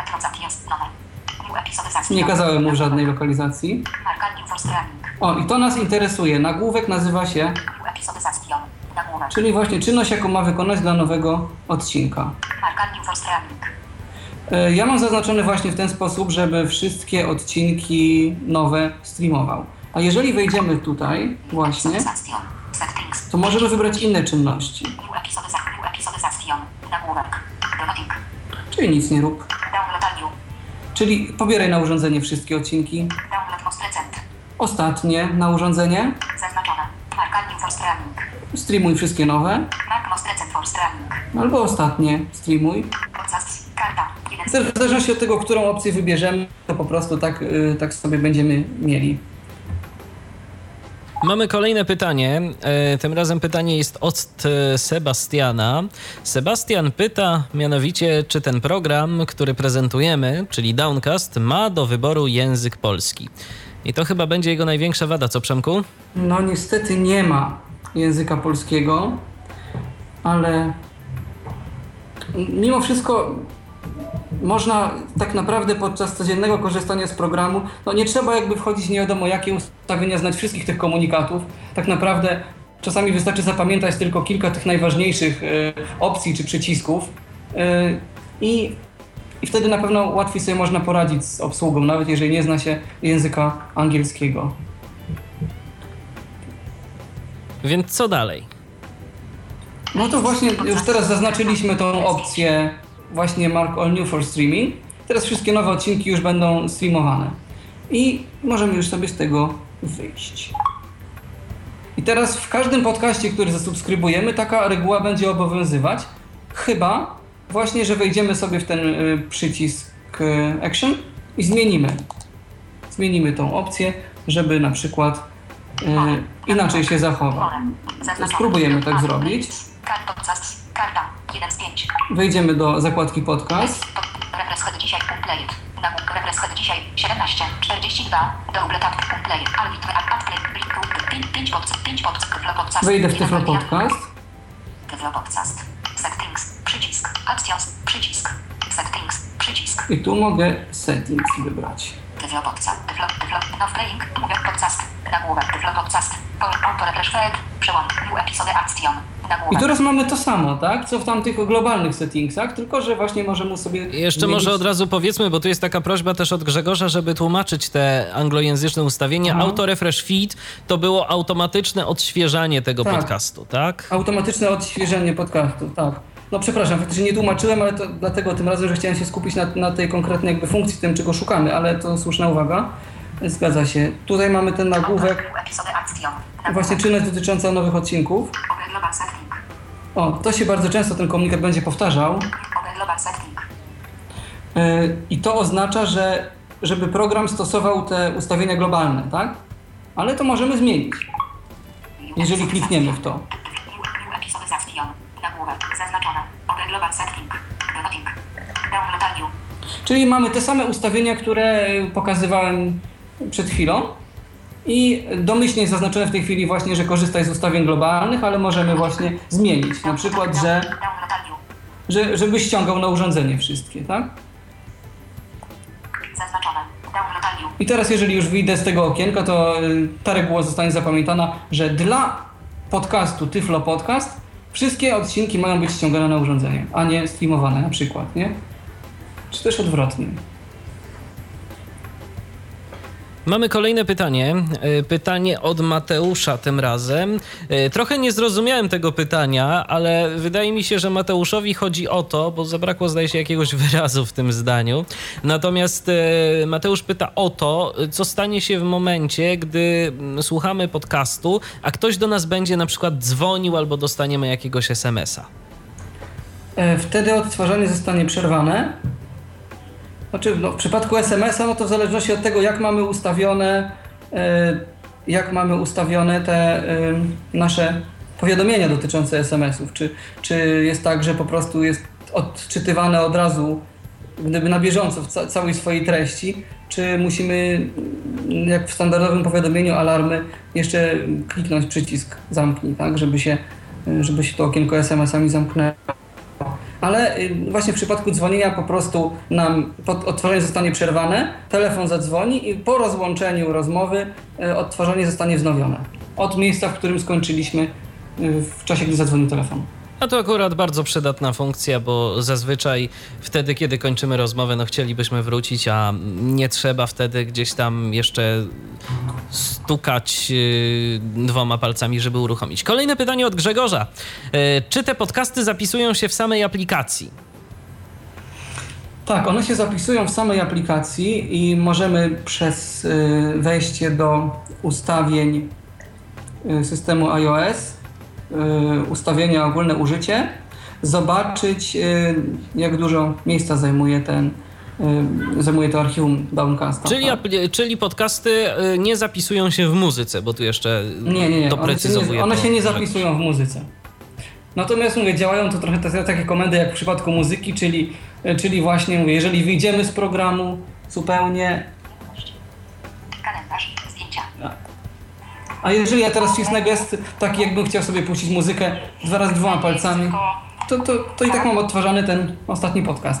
Nie kazałem mu żadnej lokalizacji. O, i to nas interesuje. Nagłówek nazywa się... Czyli właśnie czynność, jaką ma wykonać dla nowego odcinka. Ja mam zaznaczony właśnie w ten sposób, żeby wszystkie odcinki nowe streamował. A jeżeli wejdziemy tutaj właśnie, to możemy wybrać inne czynności. Czyli nic nie rób. Czyli pobieraj na urządzenie wszystkie odcinki. Ostatnie na urządzenie. Streamuj wszystkie nowe. Albo ostatnie streamuj. W zależności od tego, którą opcję wybierzemy, to po prostu tak, tak sobie będziemy mieli. Mamy kolejne pytanie. Tym razem pytanie jest od Sebastiana. Sebastian pyta mianowicie, czy ten program, który prezentujemy, czyli Downcast, ma do wyboru język polski. I to chyba będzie jego największa wada, co Przemku? No niestety nie ma języka polskiego, ale mimo wszystko można tak naprawdę podczas codziennego korzystania z programu, no nie trzeba jakby wchodzić nie wiadomo jakie ustawienia, znać wszystkich tych komunikatów. Tak naprawdę czasami wystarczy zapamiętać tylko kilka tych najważniejszych y, opcji czy przycisków y, i, i wtedy na pewno łatwiej sobie można poradzić z obsługą, nawet jeżeli nie zna się języka angielskiego. Więc co dalej? No to właśnie już teraz zaznaczyliśmy tą opcję właśnie Mark All New for Streaming. Teraz wszystkie nowe odcinki już będą streamowane. I możemy już sobie z tego wyjść. I teraz w każdym podcaście, który zasubskrybujemy, taka reguła będzie obowiązywać. Chyba właśnie, że wejdziemy sobie w ten y, przycisk y, Action i zmienimy. Zmienimy tą opcję, żeby na przykład y, inaczej się zachował. Spróbujemy tak zrobić. jeden z pięć. Wejdziemy do zakładki podcast. Refresh head dzisiaj, unplayed. Nagłówek, refresh head dzisiaj, siedemnaście, czterdzieści dwa, double tap, unplayed. Albitry, add play, blink, pięć pod, pięć pod, Tyflo Podcast. Wejdę w Tyflo Podcast. Tyflo Podcast. Settings, przycisk, actions, przycisk, settings, przycisk. I tu mogę settings wybrać. Tyflo Podcast, Tyflo, Tyflo, now playing, mówię podcast, nagłówek, Tyflo Podcast, auto refresh head, przełom, new episode action, nagłówek. I teraz mamy to samo, tak? Co w tamtych globalnych settingsach, tylko że właśnie możemy sobie... Jeszcze zmienić... może od razu powiedzmy, bo tu jest taka prośba też od Grzegorza, żeby tłumaczyć te anglojęzyczne ustawienia. Aha. Auto refresh feed to było automatyczne odświeżanie tego Tak. podcastu, tak? Automatyczne odświeżenie podcastu, tak. No przepraszam, faktycznie nie tłumaczyłem, ale to dlatego tym razem, że chciałem się skupić na, na tej konkretnej jakby funkcji, tym czego szukamy, ale to słuszna uwaga. Zgadza się. Tutaj mamy ten nagłówek, Episode action, właśnie czynność dotycząca nowych odcinków. global setting, O, to się bardzo często ten komunikat będzie powtarzał. global setting. Yy, I to oznacza, że żeby program stosował te ustawienia globalne, tak? Ale to możemy zmienić, jeżeli klikniemy w to. New episode action, nagłówek, zaznaczone, global setting, nothing, download value. Czyli mamy te same ustawienia, które pokazywałem przed chwilą i domyślnie jest zaznaczone w tej chwili właśnie, że korzystaj z ustawień globalnych, ale możemy właśnie zmienić, na przykład, że, Download value, że żeby ściągał na urządzenie wszystkie, tak? zaznaczone, download value. I teraz jeżeli już wyjdę z tego okienka, to y, ta reguła zostanie zapamiętana, że dla podcastu Tyflo Podcast wszystkie odcinki mają być ściągane na urządzenie, a nie streamowane na przykład, nie? Czy też odwrotnie. Mamy kolejne pytanie. Y, Pytanie od Mateusza tym razem. Y, Trochę nie zrozumiałem tego pytania, ale wydaje mi się, że Mateuszowi chodzi o to, bo zabrakło zdaje się jakiegoś wyrazu w tym zdaniu. Natomiast y, Mateusz pyta o to, co stanie się w momencie, gdy mm, słuchamy podcastu, a ktoś do nas będzie na przykład dzwonił albo dostaniemy jakiegoś es em es a. E, Wtedy odtwarzanie zostanie przerwane. Znaczy, no, w przypadku es em es a, no to w zależności od tego, jak mamy ustawione, e, jak mamy ustawione te e, nasze powiadomienia dotyczące es em esów. Czy, czy jest tak, że po prostu jest odczytywane od razu, gdyby na bieżąco w ca- całej swojej treści, czy musimy, jak w standardowym powiadomieniu alarmy, jeszcze kliknąć przycisk zamknij, tak, żeby się, żeby się to okienko es em esami zamknęło. Ale y, właśnie w przypadku dzwonienia po prostu nam pod, odtwarzanie zostanie przerwane, telefon zadzwoni i po rozłączeniu rozmowy y, odtwarzanie zostanie wznowione. Od miejsca, w którym skończyliśmy y, w czasie, gdy zadzwonił telefon. A to akurat bardzo przydatna funkcja, bo zazwyczaj wtedy, kiedy kończymy rozmowę, no chcielibyśmy wrócić, a nie trzeba wtedy gdzieś tam jeszcze stukać yy, dwoma palcami, żeby uruchomić. Kolejne pytanie od Grzegorza. Yy, czy te podcasty zapisują się w samej aplikacji? Tak, one się zapisują w samej aplikacji i możemy przez y, wejście do ustawień y, systemu iOS, y, ustawienia ogólne użycie, zobaczyć y, jak dużo miejsca zajmuje ten y, zajmuje to archiwum Downcasta. Czyli, tak? apli- czyli podcasty yy, nie zapisują się w muzyce, bo tu jeszcze Nie, nie, nie. doprecyzowuję. One się nie, one się to, nie że- zapisują w muzyce. Natomiast mówię, działają to trochę te, takie komendy jak w przypadku muzyki, czyli, czyli właśnie mówię, jeżeli wyjdziemy z programu zupełnie, Kalendarz, zdjęcia. a jeżeli ja teraz wcisnę gest taki, jakbym chciał sobie puścić muzykę dwa razy dwoma palcami, to, to, to i tak mam odtwarzany ten ostatni podcast.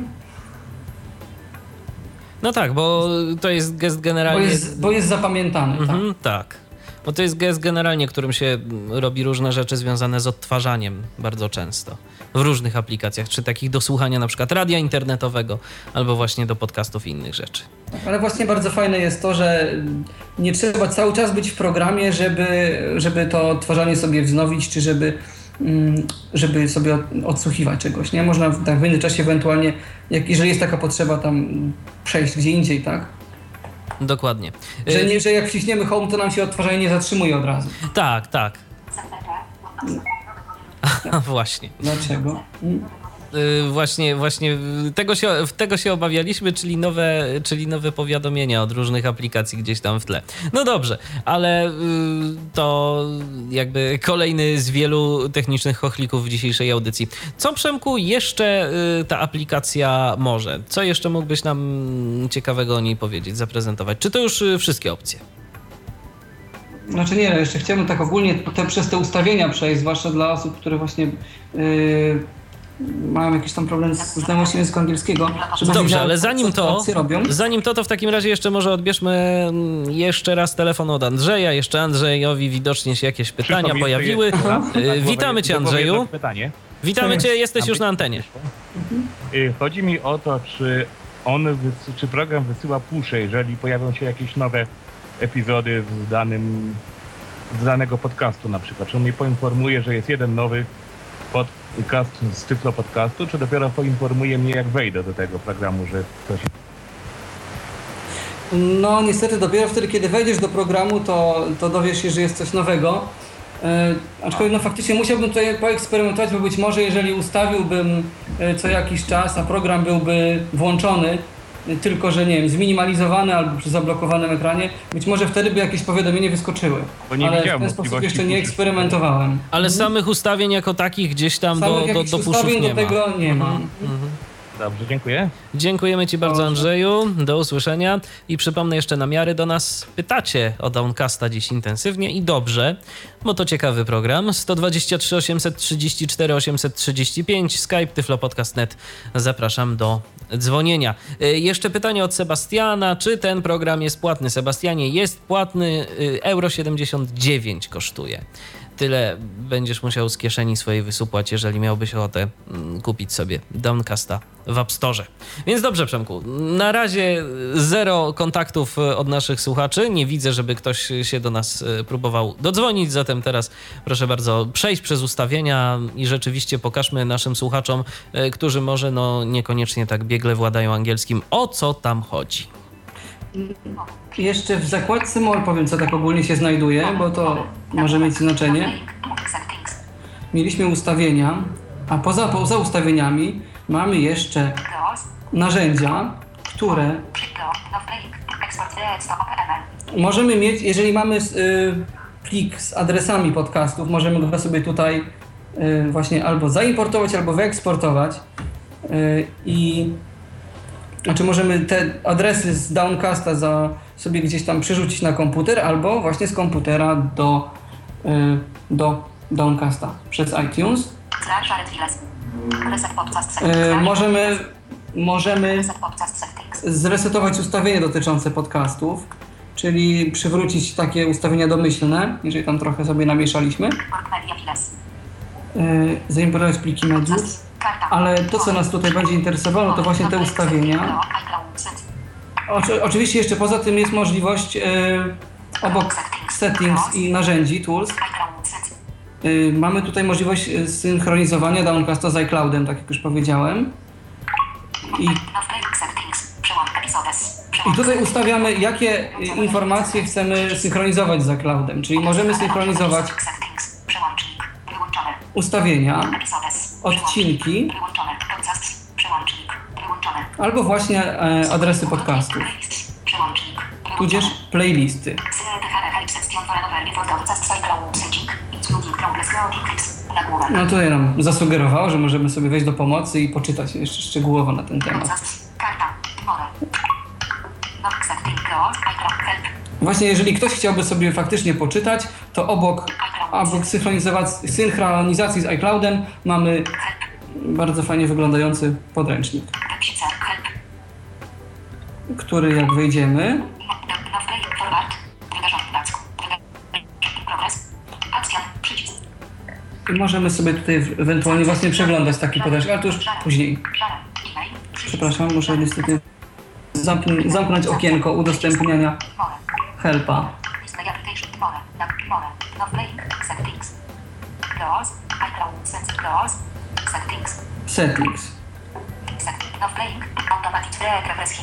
No tak, bo to jest gest Bo generalnie... jest, bo jest zapamiętany. Tak. Mhm, tak. Bo to jest gest generalnie, którym się robi różne rzeczy związane z odtwarzaniem bardzo często. W różnych aplikacjach, czy takich do słuchania na przykład radia internetowego, albo właśnie do podcastów i innych rzeczy. Ale właśnie bardzo fajne jest to, że nie trzeba cały czas być w programie, żeby, żeby to odtwarzanie sobie wznowić, czy żeby, mm, żeby sobie od- odsłuchiwać czegoś, nie? Można w, tak w międzyczasie ewentualnie, jak, jeżeli jest taka potrzeba, tam przejść gdzie indziej, tak? Dokładnie. Że, Y, nie, że jak wciśniemy home, to nam się odtwarzanie nie zatrzymuje od razu. Tak, tak. A właśnie. Dlaczego? Mm. y, właśnie, właśnie tego się, tego się obawialiśmy, czyli nowe, czyli nowe powiadomienia od różnych aplikacji gdzieś tam w tle. No dobrze, ale y, to jakby kolejny z wielu technicznych chochlików w dzisiejszej audycji. Co, Przemku, jeszcze y, ta aplikacja może? Co jeszcze mógłbyś nam ciekawego o niej powiedzieć, zaprezentować? Czy to już y, wszystkie opcje? Znaczy nie, jeszcze chciałbym tak ogólnie te, przez te ustawienia przejść, zwłaszcza dla osób, które właśnie yy, mają jakiś tam problem z znajomością języka angielskiego. Żeby Dobrze, wiedziały, ale zanim co te to, opcje robią. zanim to, to w takim razie jeszcze może odbierzmy jeszcze raz telefon od Andrzeja. Jeszcze Andrzejowi widocznie się jakieś pytania Przypomnij pojawiły. sobie raz, Y, tak, Witamy bo- cię, bo powiem Andrzeju. jedno pytanie. Witamy cię, jesteś już na antenie. Y, Chodzi mi o to, czy on, wysy- czy program wysyła pusze, jeżeli pojawią się jakieś nowe epizody w danym, z danego podcastu na przykład. Czy on mnie poinformuje, że jest jeden nowy podcast z Tyflo Podcastu, czy dopiero poinformuje mnie, jak wejdę do tego programu, że coś... No niestety dopiero wtedy, kiedy wejdziesz do programu, to, to dowiesz się, że jest coś nowego. E, aczkolwiek no faktycznie musiałbym tutaj poeksperymentować, bo być może jeżeli ustawiłbym e, co jakiś czas, a program byłby włączony, e, tylko że nie wiem, zminimalizowany albo przy zablokowanym ekranie, być może wtedy by jakieś powiadomienie wyskoczyły. Bo nie Ale w widziałem ten sposób możliwości jeszcze nie push. eksperymentowałem. Ale samych ustawień jako takich gdzieś tam do, Samych do, jakichś do puszów ustawień nie do ma. tego nie ma. Dobrze, dziękuję. Dziękujemy ci bardzo, Proszę. Andrzeju. Do usłyszenia. I przypomnę jeszcze namiary do nas. Pytacie o Downcasta dziś intensywnie i dobrze, bo to ciekawy program. sto dwadzieścia trzy osiemset trzydzieści cztery osiemset trzydzieści pięć, Skype, tyflopodcast kropka net. Zapraszam do dzwonienia. Y, Jeszcze pytanie od Sebastiana. Czy ten program jest płatny? Sebastianie, jest płatny. y, Euro siedemdziesiąt dziewięć kosztuje. Tyle będziesz musiał z kieszeni swojej wysupłać, jeżeli miałbyś ochotę mm, kupić sobie Downcasta w App Store. Więc dobrze, Przemku, na razie zero kontaktów od naszych słuchaczy. Nie widzę, żeby ktoś się do nas e, próbował dodzwonić, zatem teraz proszę bardzo przejść przez ustawienia i rzeczywiście pokażmy naszym słuchaczom, e, którzy może no niekoniecznie tak biegle władają angielskim, o co tam chodzi. Jeszcze w zakładce More powiem, co tak ogólnie się znajduje, bo to może mieć znaczenie. Mieliśmy ustawienia, a poza, poza ustawieniami mamy jeszcze narzędzia, które możemy mieć, jeżeli mamy y, plik z adresami podcastów, możemy go sobie tutaj y, właśnie albo zaimportować, albo wyeksportować y, i znaczy możemy te adresy z Downcasta za sobie gdzieś tam przerzucić na komputer, albo właśnie z komputera do, y, do Downcasta przez iTunes. Y, możemy możemy zresetować ustawienia dotyczące podcastów, czyli przywrócić takie ustawienia domyślne, jeżeli tam trochę sobie namieszaliśmy. Y, zaimportować pliki mediów. Ale to, co nas tutaj będzie interesowało, to właśnie te ustawienia. Oczy, oczywiście jeszcze poza tym jest możliwość yy, obok settings i narzędzi, tools, yy, mamy tutaj możliwość synchronizowania Downcasta z iCloudem, tak jak już powiedziałem. I, I tutaj ustawiamy, jakie informacje chcemy synchronizować z iCloudem, czyli możemy synchronizować ustawienia, odcinki, albo właśnie e, adresy podcastów, tudzież playlisty. No tutaj nam zasugerowało, że możemy sobie wejść do pomocy i poczytać jeszcze szczegółowo na ten temat. Właśnie jeżeli ktoś chciałby sobie faktycznie poczytać, to obok, obok synchronizacji, synchronizacji z iCloudem mamy bardzo fajnie wyglądający podręcznik, który jak wejdziemy, możemy sobie tutaj ewentualnie właśnie przeglądać taki podręcznik, ale to już później. Przepraszam, muszę niestety zamknąć, zamknąć okienko udostępniania helpa. Settings.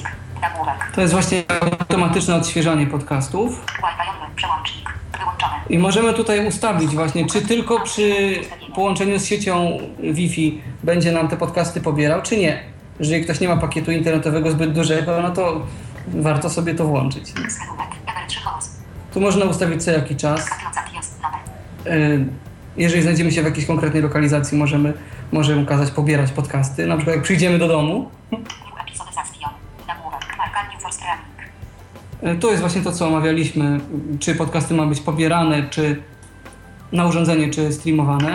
To jest właśnie automatyczne odświeżanie podcastów. I możemy tutaj ustawić właśnie, czy tylko przy połączeniu z siecią Wi-Fi będzie nam te podcasty pobierał, czy nie. Jeżeli ktoś nie ma pakietu internetowego zbyt dużego, no to warto sobie to włączyć. Tu można ustawić co jaki czas. Jeżeli znajdziemy się w jakiejś konkretnej lokalizacji, możemy, możemy kazać pobierać podcasty. Na przykład jak przyjdziemy do domu. To jest właśnie to, co omawialiśmy, czy podcasty ma być pobierane, czy na urządzenie, czy streamowane.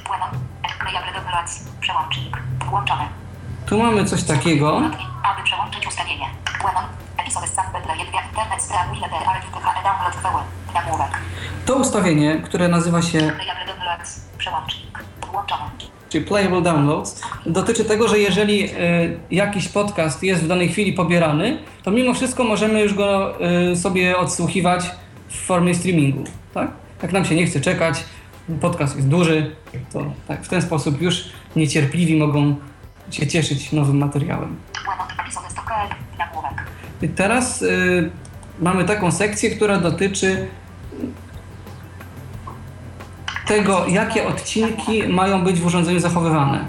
Przełącznik włączony. Tu mamy coś takiego. Aby przełączyć ustawienie. Epizody sample internet strony download nagłówek. To ustawienie, które nazywa się Przełącznik włączony. czyli Playable Downloads, dotyczy tego, że jeżeli y, jakiś podcast jest w danej chwili pobierany, to mimo wszystko możemy już go y, sobie odsłuchiwać w formie streamingu, tak? Jak nam się nie chce czekać, podcast jest duży, to tak, w ten sposób już niecierpliwi mogą się cieszyć nowym materiałem. I teraz y, mamy taką sekcję, która dotyczy tego, jakie odcinki mają być w urządzeniu zachowywane.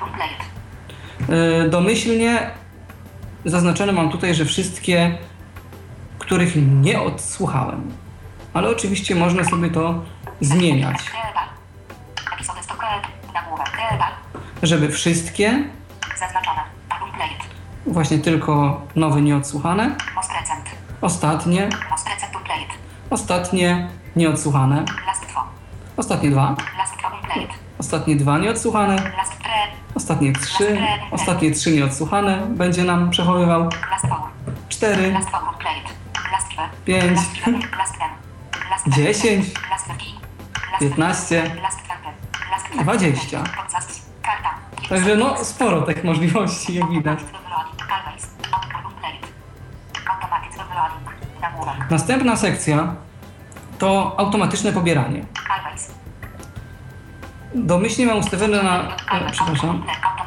Yy, domyślnie zaznaczone mam tutaj, że wszystkie, których nie odsłuchałem. Ale oczywiście można sobie to zmieniać. Żeby wszystkie, właśnie tylko nowe nieodsłuchane, ostatnie, ostatnie nieodsłuchane, ostatnie dwa, ostatnie dwa nieodsłuchane, ostatnie trzy, ostatnie trzy nieodsłuchane będzie nam przechowywał, cztery, pięć, dziesięć, piętnaście, dwadzieścia. Także no sporo tych możliwości, jak widać. Następna sekcja to automatyczne pobieranie. Domyślnie mam ustawione na... E, przepraszam.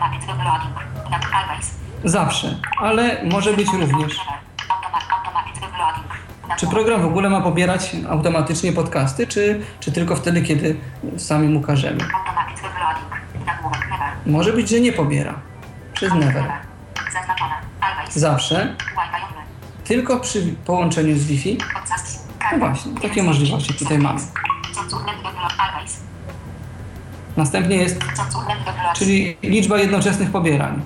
Zawsze, ale może być również. Czy program w ogóle ma pobierać automatycznie podcasty, czy, czy tylko wtedy, kiedy sami mu każemy? Może być, że nie pobiera. Przez never. Zawsze. Tylko przy połączeniu z Wi-Fi. No właśnie, takie możliwości tutaj mamy. Następnie jest, czyli liczba jednoczesnych pobierań.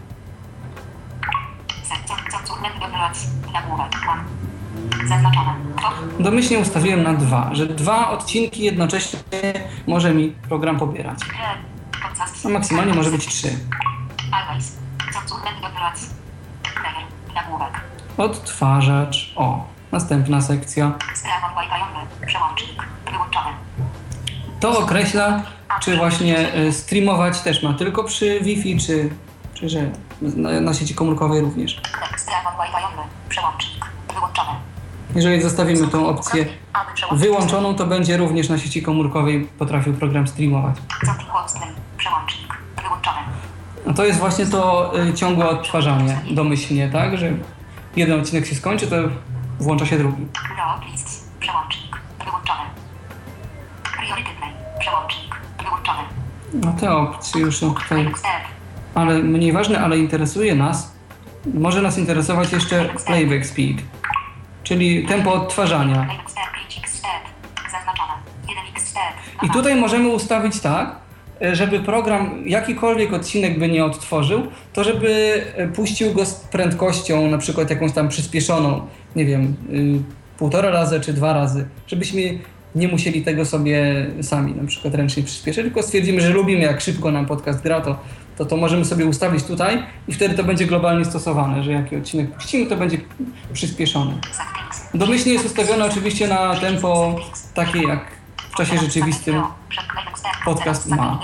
Domyślnie ustawiłem na dwa, że dwa odcinki jednocześnie może mi program pobierać. A maksymalnie może być trzy. Odtwarzacz. O, następna sekcja. To określa, czy właśnie streamować też ma tylko przy Wi-Fi, czy, czy że na, na sieci komórkowej również. Jeżeli zostawimy tą opcję wyłączoną, to będzie również na sieci komórkowej potrafił program streamować. No to jest właśnie to y, ciągłe odtwarzanie domyślnie, tak? Że jeden odcinek się skończy, to włącza się drugi. No te opcje już są tutaj, ale mniej ważne, ale interesuje nas, może nas interesować jeszcze playback speed, czyli tempo odtwarzania. I tutaj możemy ustawić tak, żeby program jakikolwiek odcinek by nie odtworzył, to żeby puścił go z prędkością na przykład jakąś tam przyspieszoną, nie wiem, półtora razy czy dwa razy, żebyśmy nie musieli tego sobie sami na przykład ręcznie przyspieszyć, tylko stwierdzimy, że lubimy, jak szybko nam podcast gra, to, to, to możemy sobie ustawić tutaj i wtedy to będzie globalnie stosowane, że jaki odcinek puścimy, to będzie przyspieszony. Domyślnie jest ustawione oczywiście na tempo takie, jak w czasie rzeczywistym podcast ma.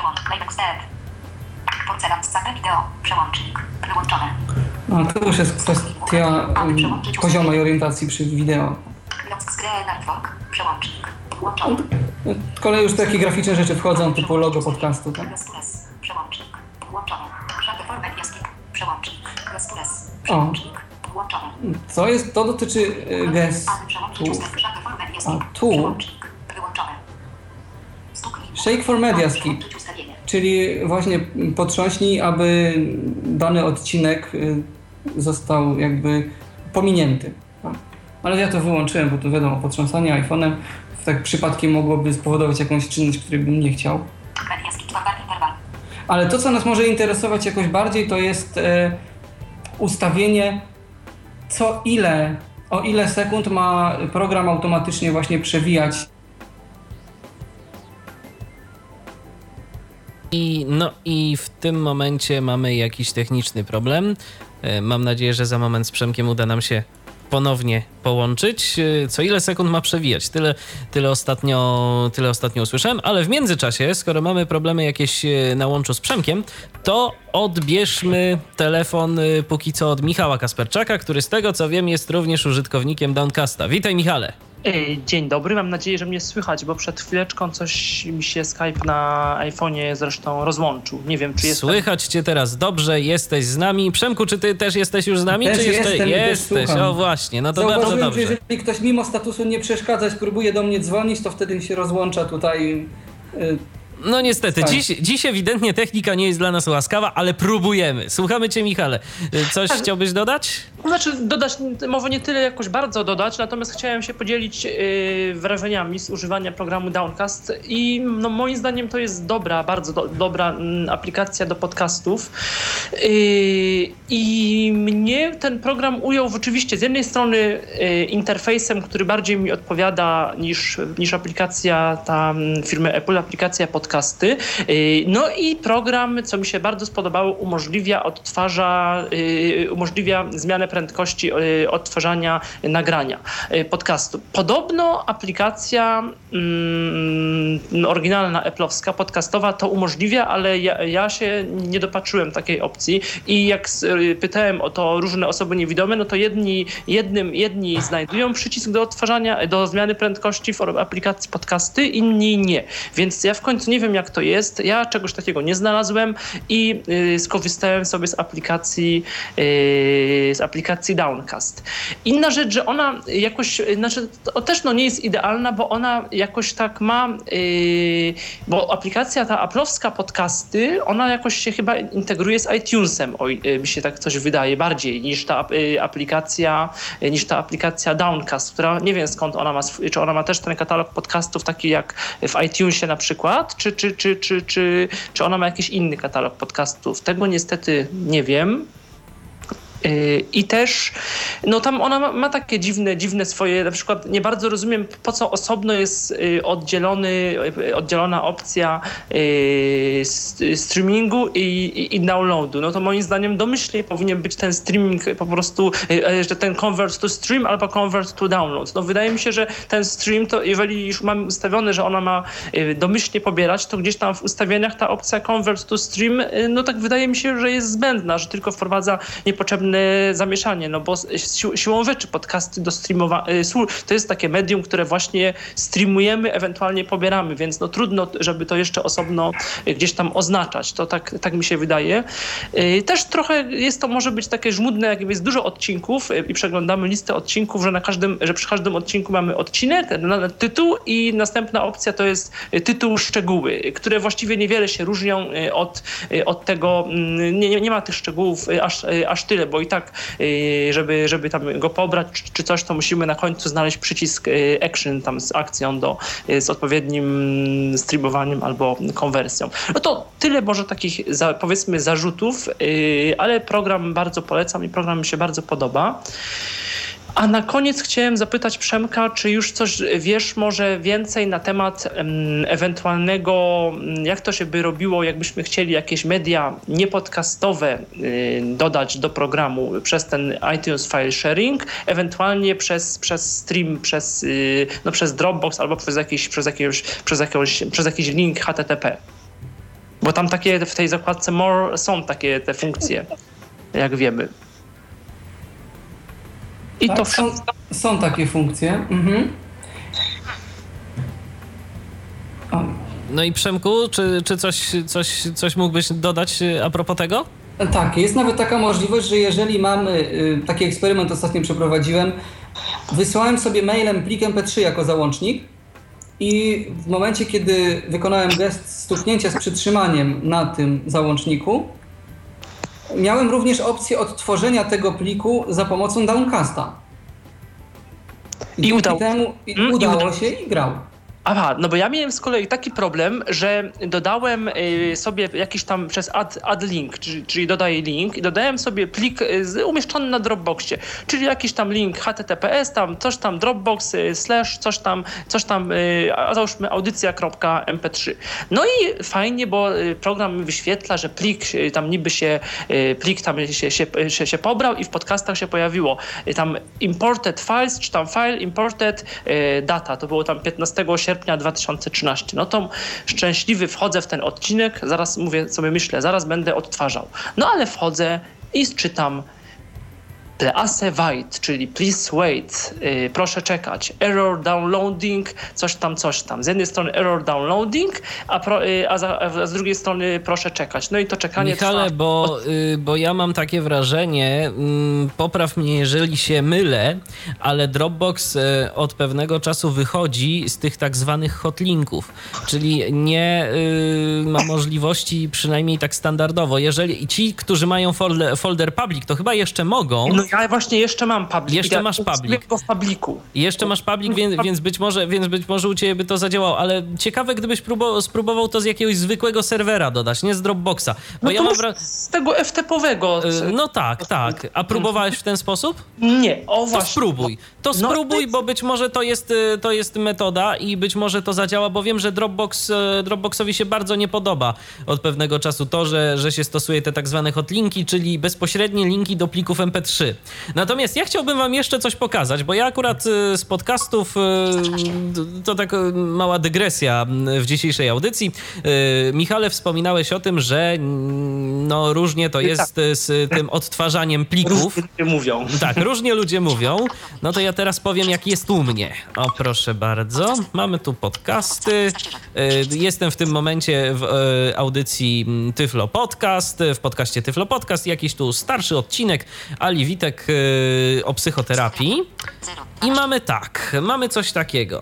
No, to już jest kwestia um, poziomej orientacji przy wideo. Z kolei już takie graficzne rzeczy wchodzą, typu logo podcastu, tak? O, co jest, to dotyczy gestów. A tu Shake for Media Skip, czyli właśnie potrząśnij, aby dany odcinek został jakby pominięty. Ale ja to wyłączyłem, bo to wiadomo, potrząsanie iPhone'em tak przypadkiem mogłoby spowodować jakąś czynność, której bym nie chciał. Ale to, co nas może interesować jakoś bardziej, to jest e, ustawienie, co ile, o ile sekund ma program automatycznie właśnie przewijać. I, no i w tym momencie mamy jakiś techniczny problem. E, mam nadzieję, że za moment z Przemkiem uda nam się ponownie połączyć. Co ile sekund ma przewijać? Tyle, tyle, ostatnio, tyle ostatnio usłyszałem, ale w międzyczasie, skoro mamy problemy jakieś na łączu z Przemkiem, to odbierzmy telefon póki co od Michała Kasperczaka, który z tego co wiem jest również użytkownikiem Downcasta. Witaj, Michale. Dzień dobry, mam nadzieję, że mnie słychać, bo przed chwileczką coś mi się Skype na iPhone'ie zresztą rozłączył. Nie wiem, czy jest. Słychać cię teraz dobrze, jesteś z nami. Przemku, czy ty też jesteś już z nami? Też czy jestem, jesteś? Jesteś, Też o właśnie, no to bardzo Zauważyłem, dobrze. że jeżeli ktoś mimo statusu nie przeszkadzać próbuje do mnie dzwonić, to wtedy się rozłącza tutaj. Yy, No niestety, dziś, dziś ewidentnie technika nie jest dla nas łaskawa, ale próbujemy. Słuchamy cię, Michale. Coś tak. chciałbyś dodać? Znaczy dodać, może nie tyle jakoś bardzo dodać, natomiast chciałem się podzielić yy, wrażeniami z używania programu Downcast i no, moim zdaniem to jest dobra, bardzo do, dobra mm, aplikacja do podcastów yy, i mnie ten program ujął oczywiście z jednej strony yy, interfejsem, który bardziej mi odpowiada niż, niż aplikacja ta firmy Apple, aplikacja podcasty. Yy, no i program, co mi się bardzo spodobało, umożliwia odtwarza, yy, umożliwia zmianę prędkości y, odtwarzania nagrania y, podcastu. Podobno aplikacja y, oryginalna Apple'owska, podcastowa to umożliwia, ale ja, ja się nie dopatrzyłem takiej opcji i jak y, pytałem o to różne osoby niewidome, no to jedni, jednym, jedni znajdują przycisk do odtwarzania, do zmiany prędkości w aplikacji podcasty, inni nie. Więc ja w końcu nie wiem, jak to jest. Ja czegoś takiego nie znalazłem i y, skorzystałem sobie z aplikacji y, z aplikacji Downcast. Inna rzecz, że ona jakoś, znaczy to też no nie jest idealna, bo ona jakoś tak ma, yy, bo aplikacja ta Apple'owska podcasty, ona jakoś się chyba integruje z iTunesem, oj, yy, mi się tak coś wydaje, bardziej niż ta yy, aplikacja, yy, niż ta aplikacja Downcast, która nie wiem skąd ona ma, swój, czy ona ma też ten katalog podcastów taki jak w iTunesie na przykład, czy, czy, czy, czy, czy, czy ona ma jakiś inny katalog podcastów. Tego niestety nie wiem. I też, no tam ona ma, ma takie dziwne, dziwne swoje, na przykład nie bardzo rozumiem, po co osobno jest oddzielony, oddzielona opcja streamingu i, i, i downloadu. No to moim zdaniem domyślnie powinien być ten streaming po prostu, że ten convert to stream albo convert to download. No wydaje mi się, że ten stream to jeżeli już mamy ustawione, że ona ma domyślnie pobierać, to gdzieś tam w ustawieniach ta opcja convert to stream, no tak wydaje mi się, że jest zbędna, że tylko wprowadza niepotrzebne zamieszanie, no bo si- siłą rzeczy podcasty do streamowania, to jest takie medium, które właśnie streamujemy, ewentualnie pobieramy, więc no trudno, żeby to jeszcze osobno gdzieś tam oznaczać, to tak, tak mi się wydaje. Też trochę jest to, może być takie żmudne, jak jest dużo odcinków i przeglądamy listę odcinków, że na każdym, że przy każdym odcinku mamy odcinek, tytuł i następna opcja to jest tytuł szczegóły, które właściwie niewiele się różnią od, od tego, nie, nie ma tych szczegółów aż, aż tyle, bo i tak, żeby, żeby tam go pobrać czy coś, to musimy na końcu znaleźć przycisk action tam z akcją do, z odpowiednim streamowaniem albo konwersją. No to tyle może takich za, powiedzmy zarzutów, ale program bardzo polecam i program mi się bardzo podoba. A na koniec chciałem zapytać Przemka, czy już coś wiesz może więcej na temat um, ewentualnego, jak to się by robiło, jakbyśmy chcieli jakieś media niepodcastowe y, dodać do programu przez ten iTunes File Sharing, ewentualnie przez, przez stream, przez, y, no, przez Dropbox albo przez jakiś, przez, jakiegoś, przez, jakiegoś, przez jakiś link H T T P. Bo tam takie w tej zakładce More są takie te funkcje, jak wiemy. I tak, to są, są takie funkcje. Mhm. No i Przemku, czy, czy coś, coś, coś mógłbyś dodać a propos tego? Tak, jest nawet taka możliwość, że jeżeli mamy, taki eksperyment ostatnio przeprowadziłem, wysłałem sobie mailem plik em pe trzy jako załącznik i w momencie, kiedy wykonałem gest stuknięcia z przytrzymaniem na tym załączniku, miałem również opcję odtworzenia tego pliku za pomocą Downcasta. I, I udało, temu, i mm, udało, udało się i grał. Aha, no bo ja miałem z kolei taki problem, że dodałem y, sobie jakiś tam przez add, add link, czyli, czyli dodaję link i dodałem sobie plik y, umieszczony na Dropboxie, czyli jakiś tam link H T T P S, tam coś tam Dropbox y, slash coś tam, coś tam, y, a załóżmy audycja kropka M P trzy. No i fajnie, bo y, program mi wyświetla, że plik y, tam niby się, y, plik tam się, się, się, się pobrał i w podcastach się pojawiło y, tam imported files, czy tam file imported y, data, to było tam piętnastego sierpnia dwa tysiące trzynastego. No to szczęśliwy wchodzę w ten odcinek, zaraz mówię sobie, myślę, zaraz będę odtwarzał. No ale wchodzę i czytam Please wait, czyli please wait, yy, proszę czekać, error downloading, coś tam, coś tam. Z jednej strony error downloading, a, pro, yy, a, za, a z drugiej strony proszę czekać. No i to czekanie Michale, trwa... bo, yy, bo ja mam takie wrażenie, yy, popraw mnie, jeżeli się mylę, ale Dropbox yy, od pewnego czasu wychodzi z tych tak zwanych hotlinków, czyli nie yy, ma możliwości, przynajmniej tak standardowo. Jeżeli ci, którzy mają folder, folder public, to chyba jeszcze mogą. No ja właśnie jeszcze mam public. Jeszcze ja masz public. w publiku. Jeszcze masz public, więc, więc, być może, więc być może u ciebie by to zadziałało, ale ciekawe, gdybyś próbował, spróbował to z jakiegoś zwykłego serwera dodać, nie z Dropboxa. Bo no ja to mam wra... z tego F T P-owego. No tak, tak. A próbowałeś w ten sposób? Nie, o właśnie. To spróbuj. To no, spróbuj, bo być może to jest, to jest metoda i być może to zadziała, bo wiem, że Dropbox, Dropboxowi się bardzo nie podoba od pewnego czasu to, że, że się stosuje te tak zwane hotlinki, czyli bezpośrednie linki do plików M P trzy. Natomiast ja chciałbym wam jeszcze coś pokazać, bo ja akurat z podcastów, to taka mała dygresja w dzisiejszej audycji. Michale, wspominałeś o tym, że no różnie to jest z tym odtwarzaniem plików. Różnie ludzie mówią. Tak, różnie ludzie mówią. No to ja teraz powiem, jak jest u mnie. O, proszę bardzo. Mamy tu podcasty. Jestem w tym momencie w audycji Tyflo Podcast, w podcaście Tyflo Podcast. Jakiś tu starszy odcinek, Ali Witek o psychoterapii. I mamy tak, mamy coś takiego.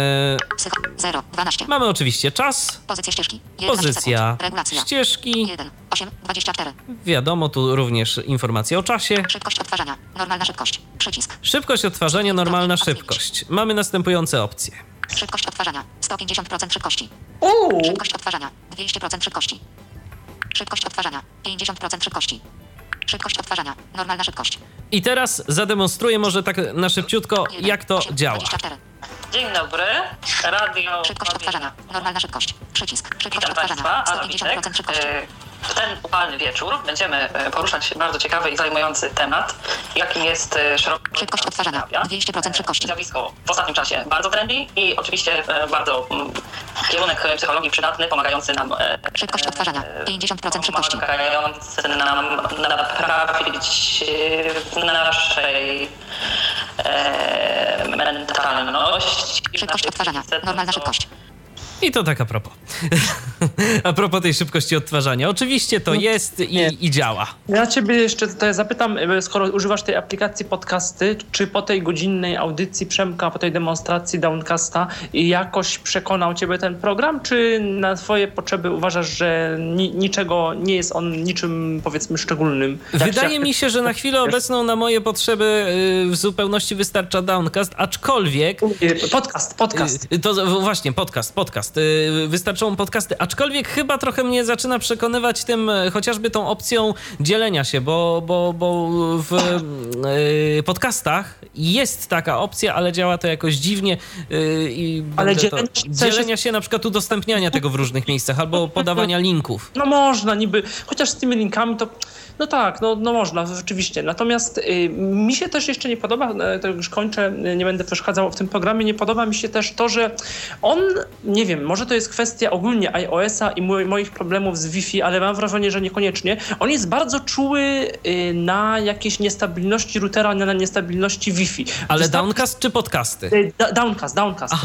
zero, dwanaście. Mamy oczywiście czas. Pozycja ścieżki. Pozycja regulacja. ścieżki. jeden, osiem, dwadzieścia cztery. Wiadomo, tu również informacje o czasie. Szybkość odtwarzania. Normalna szybkość. Przycisk. Szybkość odtwarzania, normalna szybkość. Mamy następujące opcje. Szybkość odtwarzania. sto pięćdziesiąt procent szybkości. Uuu. Szybkość odtwarzania. dwieście procent szybkości. Szybkość odtwarzania. pięćdziesiąt procent szybkości. Szybkość odtwarzania. Normalna szybkość. I teraz zademonstruję może tak na szybciutko, jak to działa. Dzień dobry, radio... Szybkość odtwarzania. Normalna szybkość. Przycisk. Szybkość Witam odtwarzania. Państwa, sto pięćdziesiąt procent szybkości. W ten upalny wieczór będziemy poruszać bardzo ciekawy i zajmujący temat, jakim jest szeroka szybkość odtwarzania. dwieście procent szybkości. Zjawisko w ostatnim czasie bardzo trendy i oczywiście bardzo kierunek psychologii przydatny, pomagający nam... Szybkość odtwarzania. pięćdziesiąt procent szybkości. Pomagający nam naprawić naszej mentalności. Szybkość odtwarzania. Normalna szybkość. I to tak a propos. A propos tej szybkości odtwarzania. Oczywiście to jest i, i działa. Ja ciebie jeszcze tutaj zapytam, skoro używasz tej aplikacji podcasty, czy po tej godzinnej audycji Przemka, po tej demonstracji Downcasta jakoś przekonał ciebie ten program, czy na twoje potrzeby uważasz, że ni- niczego nie jest on niczym, powiedzmy, szczególnym? Wydaje mi się, że na chwilę obecną na moje potrzeby w zupełności wystarcza Downcast, aczkolwiek... Podcast, podcast. To właśnie, podcast, podcast. Wystarczą podcasty, aczkolwiek chyba trochę mnie zaczyna przekonywać tym, chociażby tą opcją dzielenia się, bo, bo, bo w y, podcastach jest taka opcja, ale działa to jakoś dziwnie y, i ale dzielenia, to, dzielenia się, na przykład udostępniania tego w różnych miejscach albo podawania linków. No można niby, chociaż z tymi linkami to no tak, no, no można, rzeczywiście. Natomiast y, mi się też jeszcze nie podoba, to już kończę, nie będę przeszkadzał w tym programie, nie podoba mi się też to, że on, nie wiem, może to jest kwestia ogólnie iOS-a i mo- moich problemów z Wi-Fi, ale mam wrażenie, że niekoniecznie. On jest bardzo czuły y, na jakieś niestabilności routera, na niestabilności Wi-Fi. Ale Wystarczy... Downcast czy podcasty? Y, da- downcast, Downcast. Aha.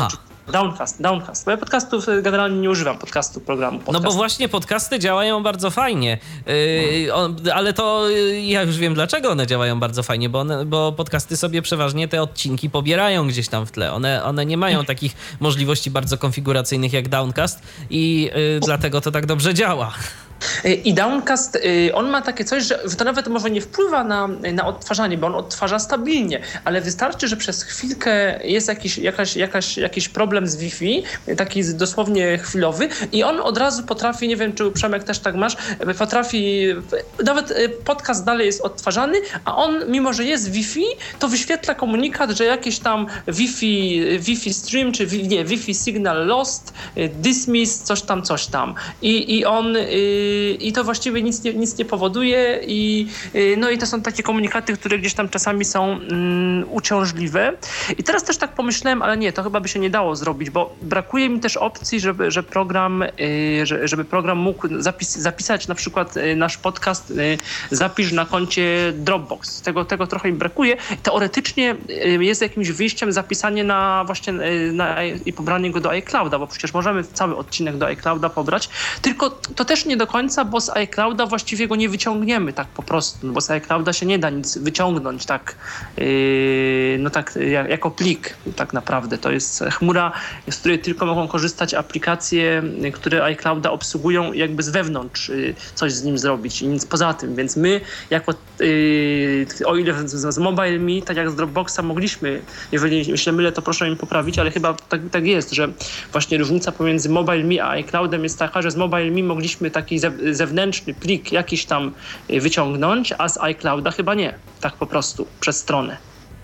Downcast, Downcast. Bo ja podcastów generalnie nie używam podcastu programu podcast. No bo właśnie podcasty działają bardzo fajnie, yy, on, ale to yy, ja już wiem, dlaczego one działają bardzo fajnie, bo, one, bo podcasty sobie przeważnie te odcinki pobierają gdzieś tam w tle. One, one nie mają takich możliwości bardzo konfiguracyjnych jak Downcast i yy, dlatego to tak dobrze działa. I Downcast, on ma takie coś, że to nawet może nie wpływa na, na odtwarzanie, bo on odtwarza stabilnie, ale wystarczy, że przez chwilkę jest jakiś, jakaś, jakaś, jakiś problem z Wi-Fi, taki dosłownie chwilowy i on od razu potrafi, nie wiem, czy Przemek też tak masz, potrafi, nawet podcast dalej jest odtwarzany, a on, mimo że jest Wi-Fi, to wyświetla komunikat, że jakieś tam Wi-Fi, Wi-Fi stream, czy nie, Wi-Fi signal lost, dismiss, coś tam, coś tam. I, i on... I to właściwie nic nie, nic nie powoduje i, no i to są takie komunikaty, które gdzieś tam czasami są um, uciążliwe. I teraz też tak pomyślałem, ale nie, to chyba by się nie dało zrobić, bo brakuje mi też opcji, żeby, że program, y, że, żeby program mógł zapis, zapisać na przykład y, nasz podcast, y, zapisz na koncie Dropbox. Tego, tego trochę mi brakuje. Teoretycznie y, jest jakimś wyjściem zapisanie na właśnie y, na, i pobranie go do iClouda, bo przecież możemy cały odcinek do iClouda pobrać, tylko to też nie do końca, bo z iClouda właściwie go nie wyciągniemy tak po prostu, bo z iClouda się nie da nic wyciągnąć tak, yy, no tak jak, jako plik tak naprawdę. To jest chmura, z której tylko mogą korzystać aplikacje, które iClouda obsługują, jakby z wewnątrz yy, coś z nim zrobić i nic poza tym, więc my jako, yy, o ile z, z MobileMe, tak jak z Dropboxa mogliśmy, jeżeli się mylę, to proszę mi poprawić, ale chyba tak, tak jest, że właśnie różnica pomiędzy MobileMe a iCloudem jest taka, że z MobileMe mogliśmy taki zewnętrzny plik jakiś tam wyciągnąć, a z iClouda chyba nie. Tak po prostu, przez stronę.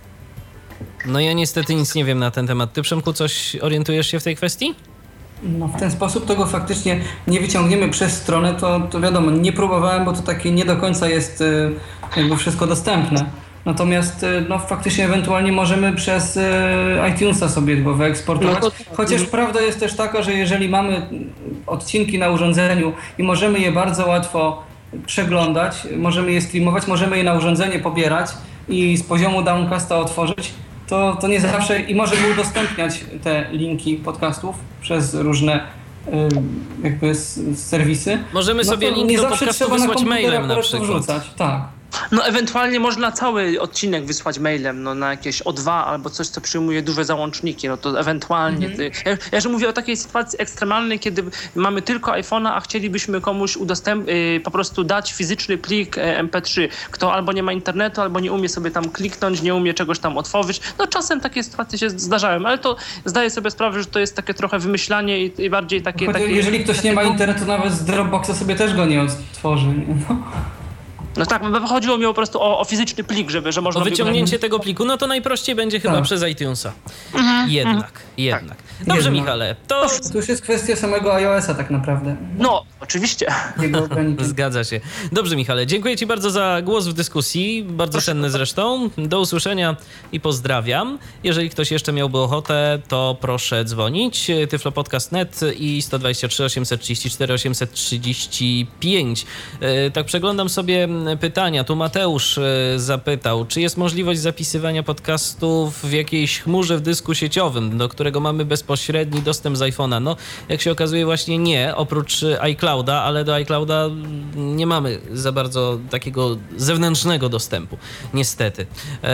No ja niestety nic nie wiem na ten temat. Ty, Przemku, coś orientujesz się w tej kwestii? No w ten sposób tego faktycznie nie wyciągniemy przez stronę, to, to wiadomo, nie próbowałem, bo to takie nie do końca jest jakby wszystko dostępne. Natomiast no faktycznie ewentualnie możemy przez y, iTunesa sobie go wyeksportować. No to... Chociaż prawda jest też taka, że jeżeli mamy odcinki na urządzeniu i możemy je bardzo łatwo przeglądać, możemy je streamować, możemy je na urządzenie pobierać i z poziomu Downcasta otworzyć, to, to nie zawsze i możemy udostępniać te linki podcastów przez różne y, jakby s, serwisy. Możemy no sobie link do podcastu wysłać mailem na przykład. Wrzucać. Tak. No ewentualnie można cały odcinek wysłać mailem, no na jakieś O dwa albo coś, co przyjmuje duże załączniki, no to ewentualnie. Mm-hmm. Ja, ja że mówię o takiej sytuacji ekstremalnej, kiedy mamy tylko iPhone'a, a chcielibyśmy komuś udostęp- y, po prostu dać fizyczny plik em pe trzy. Kto albo nie ma internetu, albo nie umie sobie tam kliknąć, nie umie czegoś tam otworzyć. No czasem takie sytuacje się zdarzają, ale to zdaję sobie sprawę, że to jest takie trochę wymyślanie i, i bardziej takie... Choć, takie jeżeli ktoś takie, nie ma internetu, nawet z Dropboxa sobie też go nie odtworzy. No. No tak, chodziło mi po prostu o, o fizyczny plik, żeby, że można... O wyciągnięcie by... tego pliku, no to najprościej będzie chyba tak. przez iTunesa. Mhm. Jednak, jednak. Dobrze, Jednak. Michale, to... To już jest kwestia samego iOS-a tak naprawdę. No, oczywiście. Zgadza się. Dobrze, Michale, dziękuję Ci bardzo za głos w dyskusji, bardzo Proszę. cenny zresztą. Do usłyszenia i pozdrawiam. Jeżeli ktoś jeszcze miałby ochotę, to proszę dzwonić. tyflopodcast kropka net i sto dwadzieścia trzy osiemset trzydzieści cztery osiemset trzydzieści pięć. Tak przeglądam sobie pytania. Tu Mateusz zapytał, czy jest możliwość zapisywania podcastów w jakiejś chmurze w dysku sieciowym, do którego mamy bezpośredni dostęp z iPhone'a. No, jak się okazuje, właśnie nie, oprócz iClouda, ale do iClouda nie mamy za bardzo takiego zewnętrznego dostępu, niestety. Eee,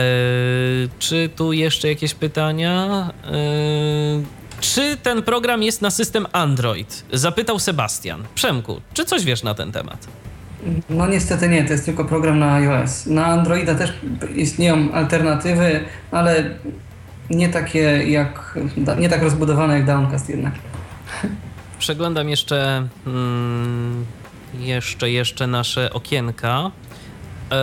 czy tu jeszcze jakieś pytania? Eee, czy ten program jest na system Android? Zapytał Sebastian. Przemku, czy coś wiesz na ten temat? No niestety nie, to jest tylko program na iOS. Na Androida też istnieją alternatywy, ale nie takie jak, nie tak rozbudowane jak Downcast jednak. Przeglądam jeszcze, hmm, jeszcze, jeszcze nasze okienka. Eee,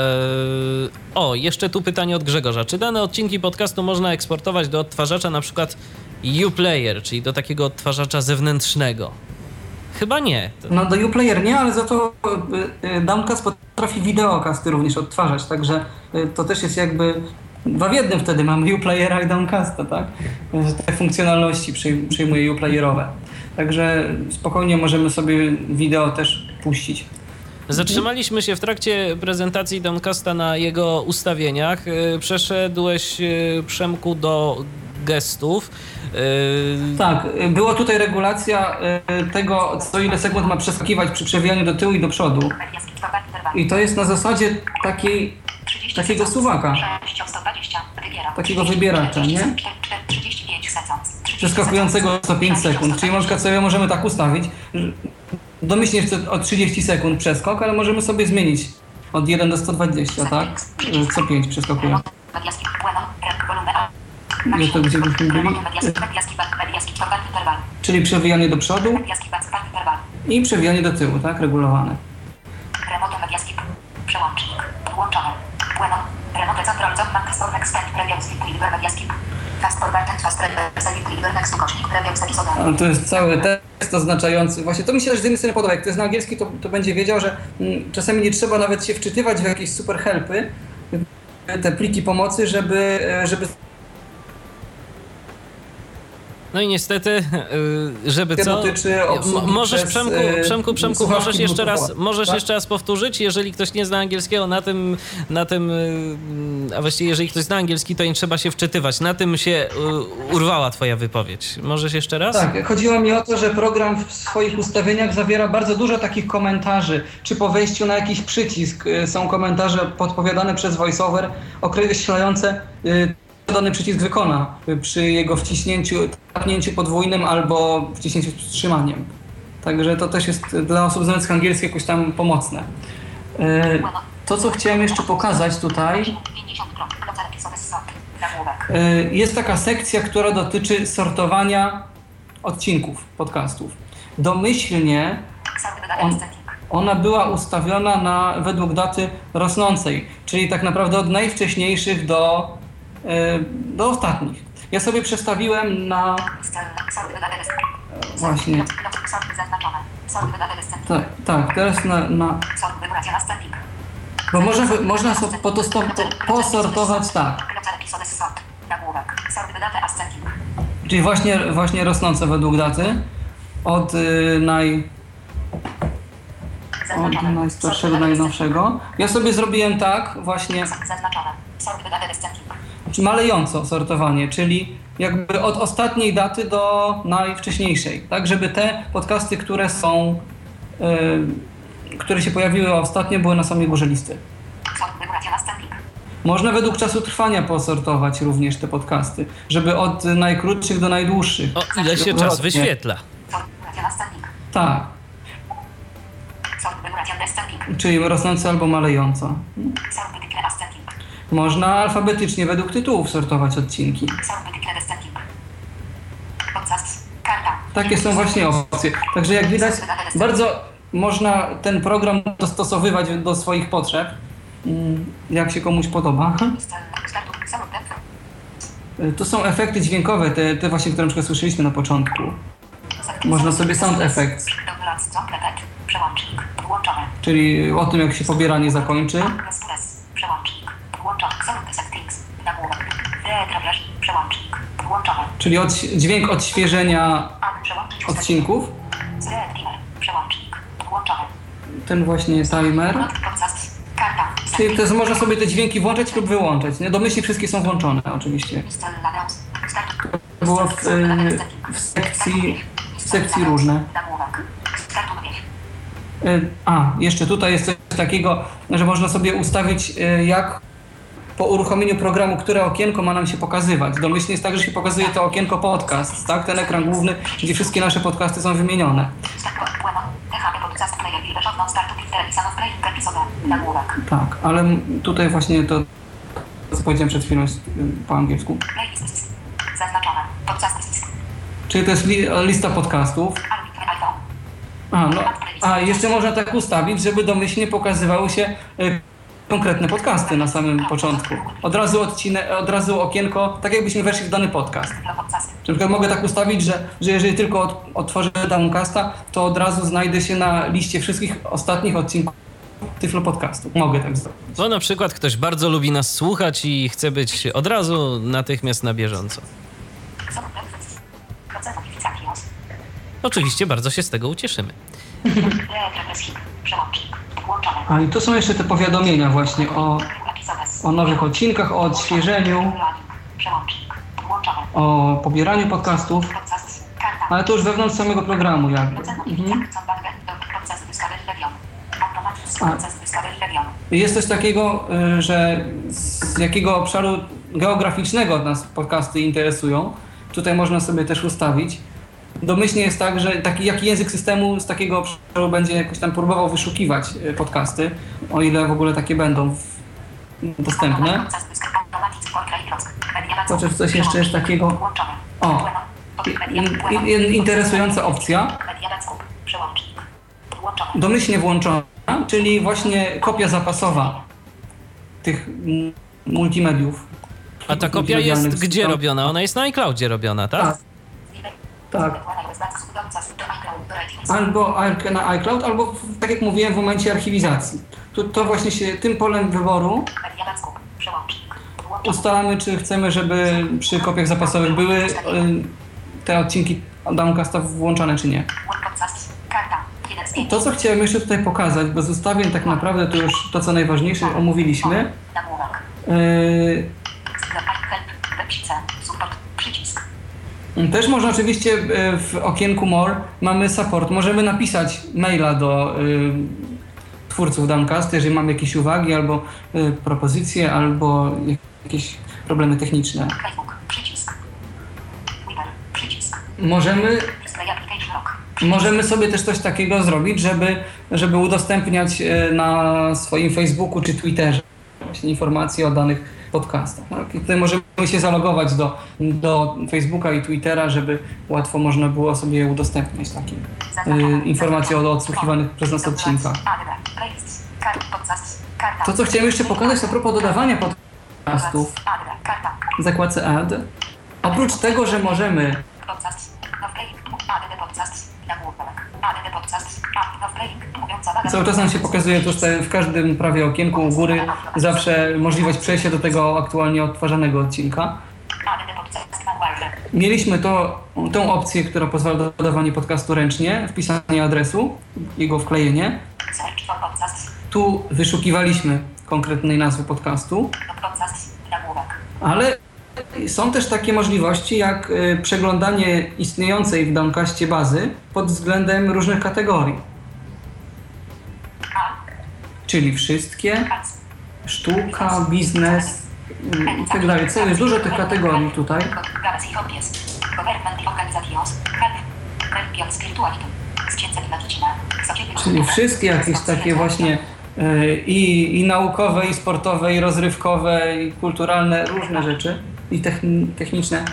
o, jeszcze tu pytanie od Grzegorza. Czy dane odcinki podcastu można eksportować do odtwarzacza, na przykład uPlayer, czyli do takiego odtwarzacza zewnętrznego? Chyba nie. To... No do uPlayer nie, ale za to Downcast potrafi wideokasty również odtwarzać, także to też jest jakby dwa w jednym wtedy. Mamy uPlayera i Downcasta, tak? Te funkcjonalności przyjmuje uPlayerowe. Także spokojnie możemy sobie wideo też puścić. Zatrzymaliśmy się w trakcie prezentacji Downcasta na jego ustawieniach. Przeszedłeś, Przemku, do gestów. Tak, była tutaj regulacja tego, co ile sekund ma przeskakiwać przy przewijaniu do tyłu i do przodu. I to jest na zasadzie takiej, takiego suwaka, takiego wybieracza, nie? Przeskakującego co pięć sekund. Czyli na przykład sobie możemy tak ustawić, domyślnie chcę o trzydzieści sekund przeskok, ale możemy sobie zmienić od jeden do sto dwadzieścia, tak? Co pięć przeskakuje. I to gdzie byśmy byli? Czyli przewijanie do przodu i przewijanie do tyłu, tak? Regulowane. Przełącznik. Włączone. Bueno. Remote control zone bank store extend previous click media skip. Fast forward and fast reverse click next ukośnik previous episode. Ale to jest cały tekst oznaczający. Właśnie to mi się też z jednej strony podoba. Jak to jest na angielski, to, to będzie wiedział, że mm, czasami nie trzeba nawet się wczytywać w jakieś super helpy, te pliki pomocy, żeby, żeby No i niestety, żeby co? Dotyczy obsługi możesz przez, Przemku, Przemku, Przemku możesz jeszcze raz, możesz tak? jeszcze raz powtórzyć, jeżeli ktoś nie zna angielskiego, na tym, na tym, a właściwie jeżeli ktoś zna angielski, to nie trzeba się wczytywać. Na tym się urwała twoja wypowiedź. Możesz jeszcze raz? Tak, chodziło mi o to, że program w swoich ustawieniach zawiera bardzo dużo takich komentarzy, czy po wejściu na jakiś przycisk są komentarze podpowiadane przez VoiceOver, określające dany przycisk wykona przy jego wciśnięciu, tapnięciu podwójnym albo wciśnięciu z wstrzymaniem. Także to też jest dla osób znających angielski jakoś tam pomocne. To, co chciałem jeszcze pokazać tutaj, jest taka sekcja, która dotyczy sortowania odcinków podcastów. Domyślnie on, ona była ustawiona na, według daty rosnącej, czyli tak naprawdę od najwcześniejszych do do ostatnich. Ja sobie przestawiłem na... Właśnie. Tak, tak, teraz na... na... Bo można, można sobie posortować tak. Czyli właśnie, właśnie rosnące według daty. Od y, naj... Od najstarszego do najnowszego. Ja sobie zrobiłem tak właśnie... malejąco sortowanie, czyli jakby od ostatniej daty do najwcześniejszej, tak, żeby te podcasty, które są, yy, które się pojawiły ostatnio, były na samej górze listy. Można według czasu trwania posortować również te podcasty, żeby od najkrótszych do najdłuższych. O ile się czas wyświetla. Tak. Czyli rosnąco albo malejąco. Można alfabetycznie według tytułów sortować odcinki. Takie są właśnie opcje. Także jak widać, bardzo można ten program dostosowywać do swoich potrzeb, jak się komuś podoba. Tu są efekty dźwiękowe, te, te właśnie, które na przykład słyszeliśmy na początku. Można sobie sound effects. Czyli o tym, jak się pobieranie zakończy. Czyli od, dźwięk odświeżenia odcinków. Ten właśnie timer. Czyli to jest, można sobie te dźwięki włączać lub wyłączać. Nie? Domyślnie wszystkie są włączone oczywiście. To było w, w, sekcji, w sekcji różne. A, jeszcze tutaj jest coś takiego, że można sobie ustawić, jak po uruchomieniu programu, które okienko ma nam się pokazywać. Domyślnie jest tak, że się pokazuje to okienko podcast, tak? Ten ekran główny, gdzie wszystkie nasze podcasty są wymienione. Tak, ale tutaj właśnie to, co powiedziałem przed chwilą po angielsku. Czyli to jest li, lista podcastów. A, no, a jeszcze można tak ustawić, żeby domyślnie pokazywały się y, konkretne podcasty na samym początku. Od razu odcinek, od razu okienko, tak jakbyśmy weszli w dany podcast. Na przykład mogę tak ustawić, że, że jeżeli tylko od, otworzę Downcasta, to od razu znajdę się na liście wszystkich ostatnich odcinków Tyflo Podcastu. Mogę tak zrobić. Bo na przykład ktoś bardzo lubi nas słuchać i chce być od razu natychmiast na bieżąco. Oczywiście bardzo się z tego ucieszymy. A i tu są jeszcze te powiadomienia właśnie o, o nowych odcinkach, o odświeżeniu. o pobieraniu podcastów, ale to już wewnątrz samego programu jakby. Mhm. Jest coś takiego, że z jakiego obszaru geograficznego nas podcasty interesują. Tutaj można sobie też ustawić. Domyślnie jest tak, że taki jaki język systemu z takiego obszaru będzie jakoś tam próbował wyszukiwać podcasty, o ile w ogóle takie będą dostępne. To czy coś jeszcze jest takiego? O, in, in, interesująca opcja. Domyślnie włączona, czyli właśnie kopia zapasowa tych multimediów. A ta kopia jest gdzie robiona? Ona jest na iCloudzie robiona, tak? Tak. Tak. Albo na iCloud, albo tak jak mówiłem w momencie archiwizacji. To, to właśnie się tym polem wyboru ustalamy, czy chcemy, żeby przy kopiach zapasowych były te odcinki Downcasta włączone, czy nie. To, co chciałem jeszcze tutaj pokazać, bez ustawień tak naprawdę to już to, co najważniejsze omówiliśmy. Yy, Też można oczywiście w okienku More mamy support. Możemy napisać maila do y, twórców Downcast, jeżeli mamy jakieś uwagi, albo y, propozycje, albo jakieś problemy techniczne. Możemy, możemy sobie też coś takiego zrobić, żeby, żeby udostępniać na swoim Facebooku czy Twitterze właśnie informacje o danych podcastach. Tak? I tutaj możemy się zalogować do, do Facebooka i Twittera, żeby łatwo można było sobie udostępniać takie y, informacje o odsłuchiwanych przez nas odcinkach. To, co chciałem jeszcze pokazać a propos dodawania podcastów w zakładce Add, oprócz tego, że możemy cały czas nam się pokazuje tutaj w każdym prawie okienku u góry zawsze możliwość przejścia do tego aktualnie odtwarzanego odcinka. Mieliśmy to, tą opcję, która pozwala do dodawania podcastu ręcznie, wpisanie adresu, jego wklejenie. Tu wyszukiwaliśmy konkretnej nazwy podcastu, ale są też takie możliwości jak y, przeglądanie istniejącej w Downcastie bazy pod względem różnych kategorii. Czyli wszystkie, sztuka, biznes i tak dalej. Co jest dużo tych kategorii tutaj. Czyli wszystkie jakieś takie właśnie y, i, i naukowe, i sportowe, i rozrywkowe, i kulturalne, różne rzeczy. I techniczne.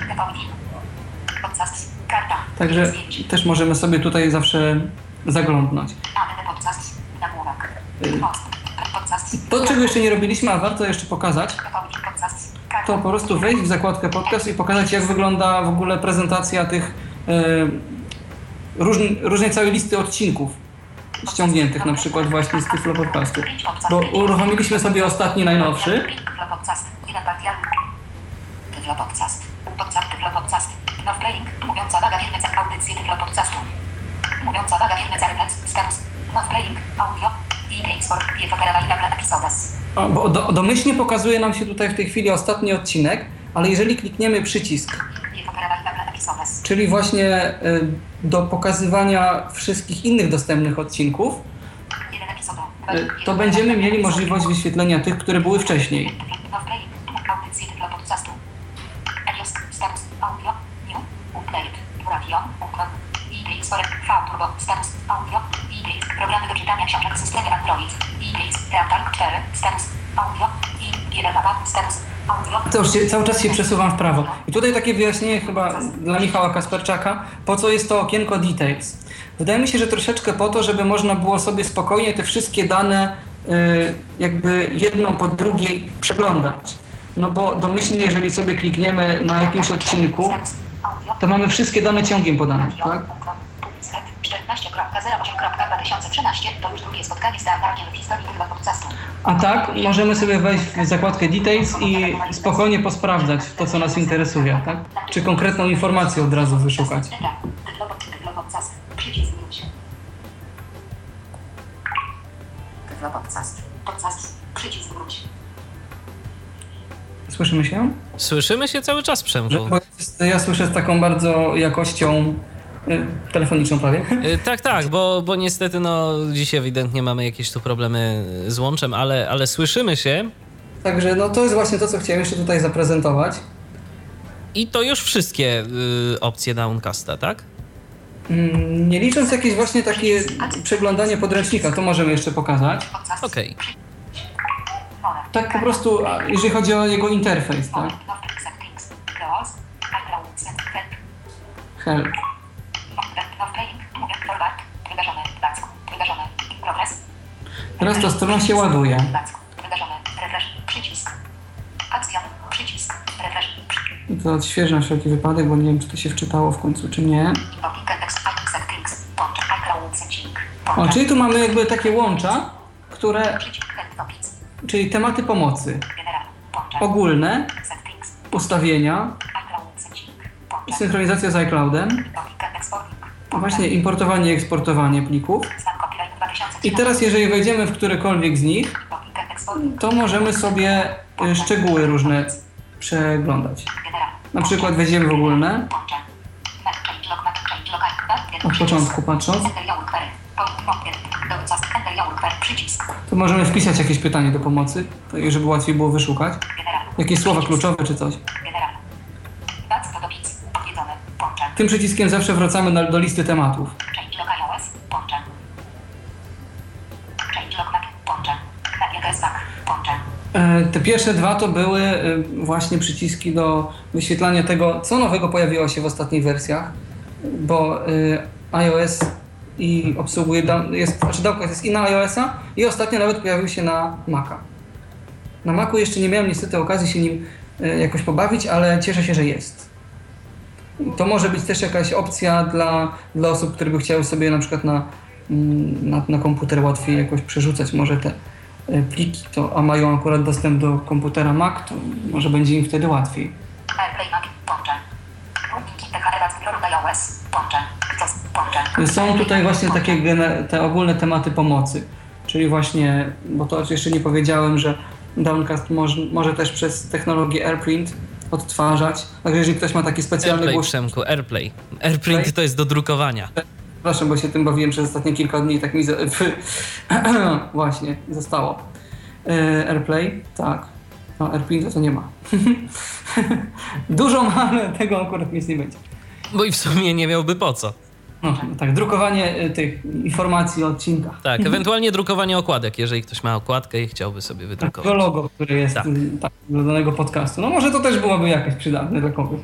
Także też możemy sobie tutaj zawsze zaglądnąć. To, czego jeszcze nie robiliśmy, a warto jeszcze pokazać, to po prostu wejść w zakładkę podcast i pokazać, jak wygląda w ogóle prezentacja tych e, różn, różnej całej listy odcinków ściągniętych, na przykład właśnie z Tyflo Podcastu. Bo uruchomiliśmy sobie ostatni, najnowszy. Tyflo Podcast. Podcast Tyflo Podcast. Now playing. Mówiąca waga firmy cel audycji Tyflo Podcastu. Mówiąca waga firmy cel status. Now playing. Audio. I export. Episodes. Bo do, domyślnie pokazuje nam się tutaj w tej chwili ostatni odcinek, ale jeżeli klikniemy przycisk, czyli właśnie y, do pokazywania wszystkich innych dostępnych odcinków, y, to będziemy mieli możliwość wyświetlenia tych, które były wcześniej. Programy do czytania książek w systemie Android. Reaptalk cztery. Status audio. I G D P status audio. To już się, cały czas się przesuwam w prawo. I tutaj takie wyjaśnienie chyba dla Michała Kasperczaka, po co jest to okienko Details. Wydaje mi się, że troszeczkę po to, żeby można było sobie spokojnie te wszystkie dane y, jakby jedną po drugiej przeglądać. No bo domyślnie, jeżeli sobie klikniemy na jakimś odcinku, to mamy wszystkie dane ciągiem podane, tak? czternaście zero osiem dwa tysiące trzynaście to już drugie spotkanie z Downcastem w historii Tyflo Podcastu. A tak, możemy sobie wejść w zakładkę Details i spokojnie posprawdzać to, co nas interesuje, tak? Czy konkretną informację od razu wyszukać. Tyflo Podcast. Przycisk wróć. Tyflo Podcast. Podcast. Przycisk wróć. Słyszymy się? Słyszymy się cały czas, Przemku. Że, bo jest, ja słyszę z taką bardzo jakością y, telefoniczną prawie. Y, Tak, tak, bo, bo niestety no, dziś ewidentnie mamy jakieś tu problemy z łączem, ale, ale słyszymy się. Także no to jest właśnie to, co chciałem jeszcze tutaj zaprezentować. I to już wszystkie y, opcje Downcasta, tak? Mm, nie licząc jakieś właśnie takie przeglądanie podręcznika, to możemy jeszcze pokazać. Okej. Tak po prostu, a jeżeli chodzi o jego interfejs, tak? Help. Teraz ta strona się ładuje. To odświeżę na wszelki wypadek, bo nie wiem, czy to się wczytało w końcu, czy nie. O, czyli tu mamy jakby takie łącza, które... Czyli tematy pomocy. Ogólne. Ustawienia. Synchronizacja z iCloudem. Właśnie importowanie i eksportowanie plików. I teraz jeżeli wejdziemy w którekolwiek z nich, to możemy sobie y, szczegóły różne przeglądać. Na przykład wejdziemy w ogólne. Od początku patrząc. To możemy wpisać jakieś pytanie do pomocy, żeby łatwiej było wyszukać. Jakieś słowa kluczowe czy coś. Tym przyciskiem zawsze wracamy na, do listy tematów. Te pierwsze dwa to były właśnie przyciski do wyświetlania tego, co nowego pojawiło się w ostatnich wersjach, bo iOS i obsługuje, jest, znaczy Downcast jest i na iOS-a i ostatnio nawet pojawił się na Maca. Na Macu jeszcze nie miałem niestety okazji się nim jakoś pobawić, ale cieszę się, że jest. To może być też jakaś opcja dla, dla osób, które by chciały sobie na przykład na, na, na komputer łatwiej jakoś przerzucać może te pliki, to, a mają akurat dostęp do komputera Mac, to może będzie im wtedy łatwiej. Są tutaj właśnie takie te ogólne tematy pomocy, czyli właśnie, bo to jeszcze nie powiedziałem, że Downcast może, może też przez technologię AirPrint odtwarzać, także jeżeli ktoś ma taki specjalny AirPlay, głos... Przemku, AirPlay. AirPrint to jest do drukowania. Proszę, bo się tym bawiłem przez ostatnie kilka dni i tak mi za... właśnie zostało. AirPlay, tak. No, AirPrint to nie ma. Dużo ma, ale tego akurat nic nie będzie. Bo i w sumie nie miałby po co. No, tak, drukowanie tych informacji o odcinkach. Tak, ewentualnie drukowanie okładek, jeżeli ktoś ma okładkę i chciałby sobie wydrukować. To logo, które jest tak. Tak, do danego podcastu. No może to też byłoby jakieś przydatne dla kogoś.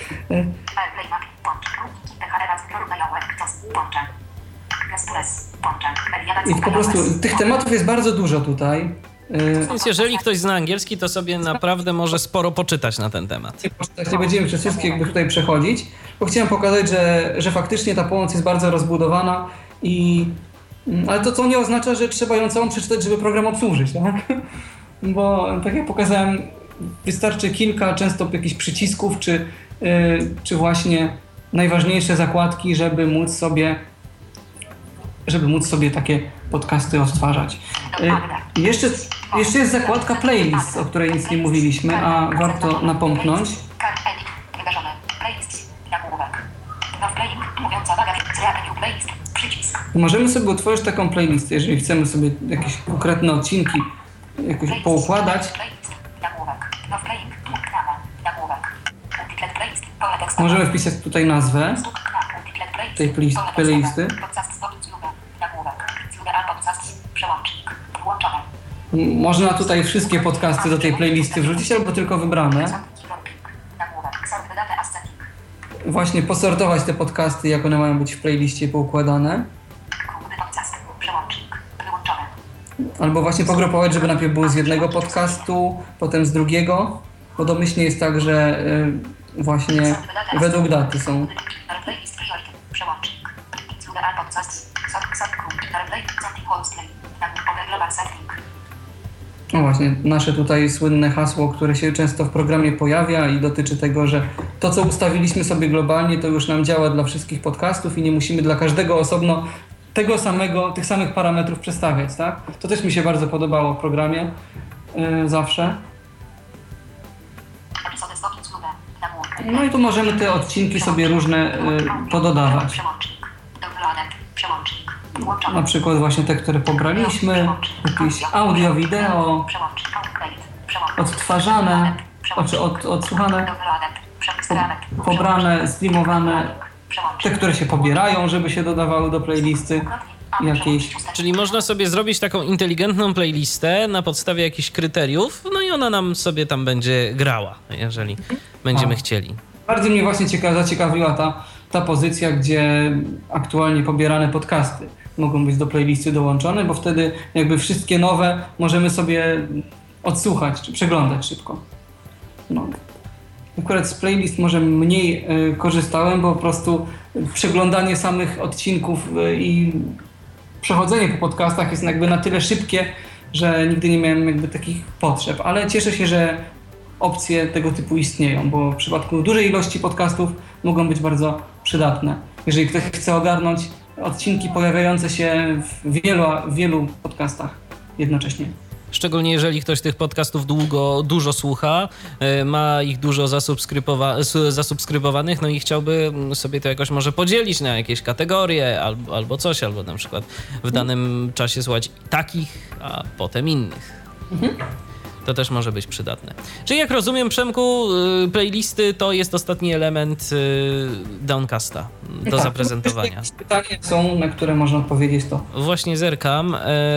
I po prostu tych tematów jest bardzo dużo tutaj. Więc jeżeli ktoś zna angielski, to sobie naprawdę może sporo poczytać na ten temat. Nie będziemy przez wszystkie jakby tutaj przechodzić, bo chciałem pokazać, że, że faktycznie ta pomoc jest bardzo rozbudowana i... Ale to co nie oznacza, że trzeba ją całą przeczytać, żeby program obsłużyć, tak? Bo tak jak pokazałem, wystarczy kilka często jakichś przycisków, czy, yy, czy właśnie najważniejsze zakładki, żeby móc sobie żeby móc sobie takie podcasty odtwarzać. Yy, jeszcze, jeszcze jest zakładka playlist, o której nic nie mówiliśmy, a warto napomknąć. Możemy sobie utworzyć taką playlistę, jeżeli chcemy sobie jakieś konkretne odcinki jakoś poukładać. Możemy wpisać tutaj nazwę tej playlisty. Można tutaj wszystkie podcasty do tej playlisty wrzucić, albo tylko wybrane. Właśnie posortować te podcasty, jak one mają być w playliście poukładane. Albo właśnie pogrupować, żeby najpierw były z jednego podcastu, potem z drugiego. Bo domyślnie jest tak, że y, właśnie według daty są. No właśnie, nasze tutaj słynne hasło, które się często w programie pojawia i dotyczy tego, że to, co ustawiliśmy sobie globalnie, to już nam działa dla wszystkich podcastów i nie musimy dla każdego osobno tego samego, tych samych parametrów przestawiać, tak? To też mi się bardzo podobało w programie, yy, zawsze. No i tu możemy te odcinki sobie różne y, pododawać. Przełącznik. Downloaded. Przełącznik. Włączony. Na przykład właśnie te, które pobraliśmy, jakieś audio, wideo, Przełącznik. Upgrade. Przełącznik. odtwarzane, znaczy od, odsłuchane, Downloaded. Przełącznik. po, pobrane, streamowane, te, które się pobierają, żeby się dodawały do playlisty jakiejś. Czyli można sobie zrobić taką inteligentną playlistę na podstawie jakichś kryteriów, no i ona nam sobie tam będzie grała, jeżeli będziemy O. chcieli. Bardziej mnie właśnie cieka- zaciekawiła ta, ta pozycja, gdzie aktualnie pobierane podcasty mogą być do playlisty dołączone, bo wtedy jakby wszystkie nowe możemy sobie odsłuchać czy przeglądać szybko. No. Akurat z playlist może mniej y, korzystałem, bo po prostu przeglądanie samych odcinków y, i przechodzenie po podcastach jest jakby na tyle szybkie, że nigdy nie miałem jakby takich potrzeb, ale cieszę się, że opcje tego typu istnieją, bo w przypadku dużej ilości podcastów mogą być bardzo przydatne. Jeżeli ktoś chce ogarnąć odcinki pojawiające się w wielu, w wielu podcastach jednocześnie. Szczególnie jeżeli ktoś tych podcastów długo, dużo słucha, y, ma ich dużo zasubskrybowa- s- zasubskrybowanych, no i chciałby sobie to jakoś może podzielić na jakieś kategorie albo, albo coś, albo na przykład w danym czasie słuchać takich, a potem innych. Mhm. To też może być przydatne. Czyli jak rozumiem, Przemku, y, playlisty to jest ostatni element y, Downcasta do Tak, zaprezentowania. Jakieś pytania są, na które można odpowiedzieć, to Właśnie zerkam.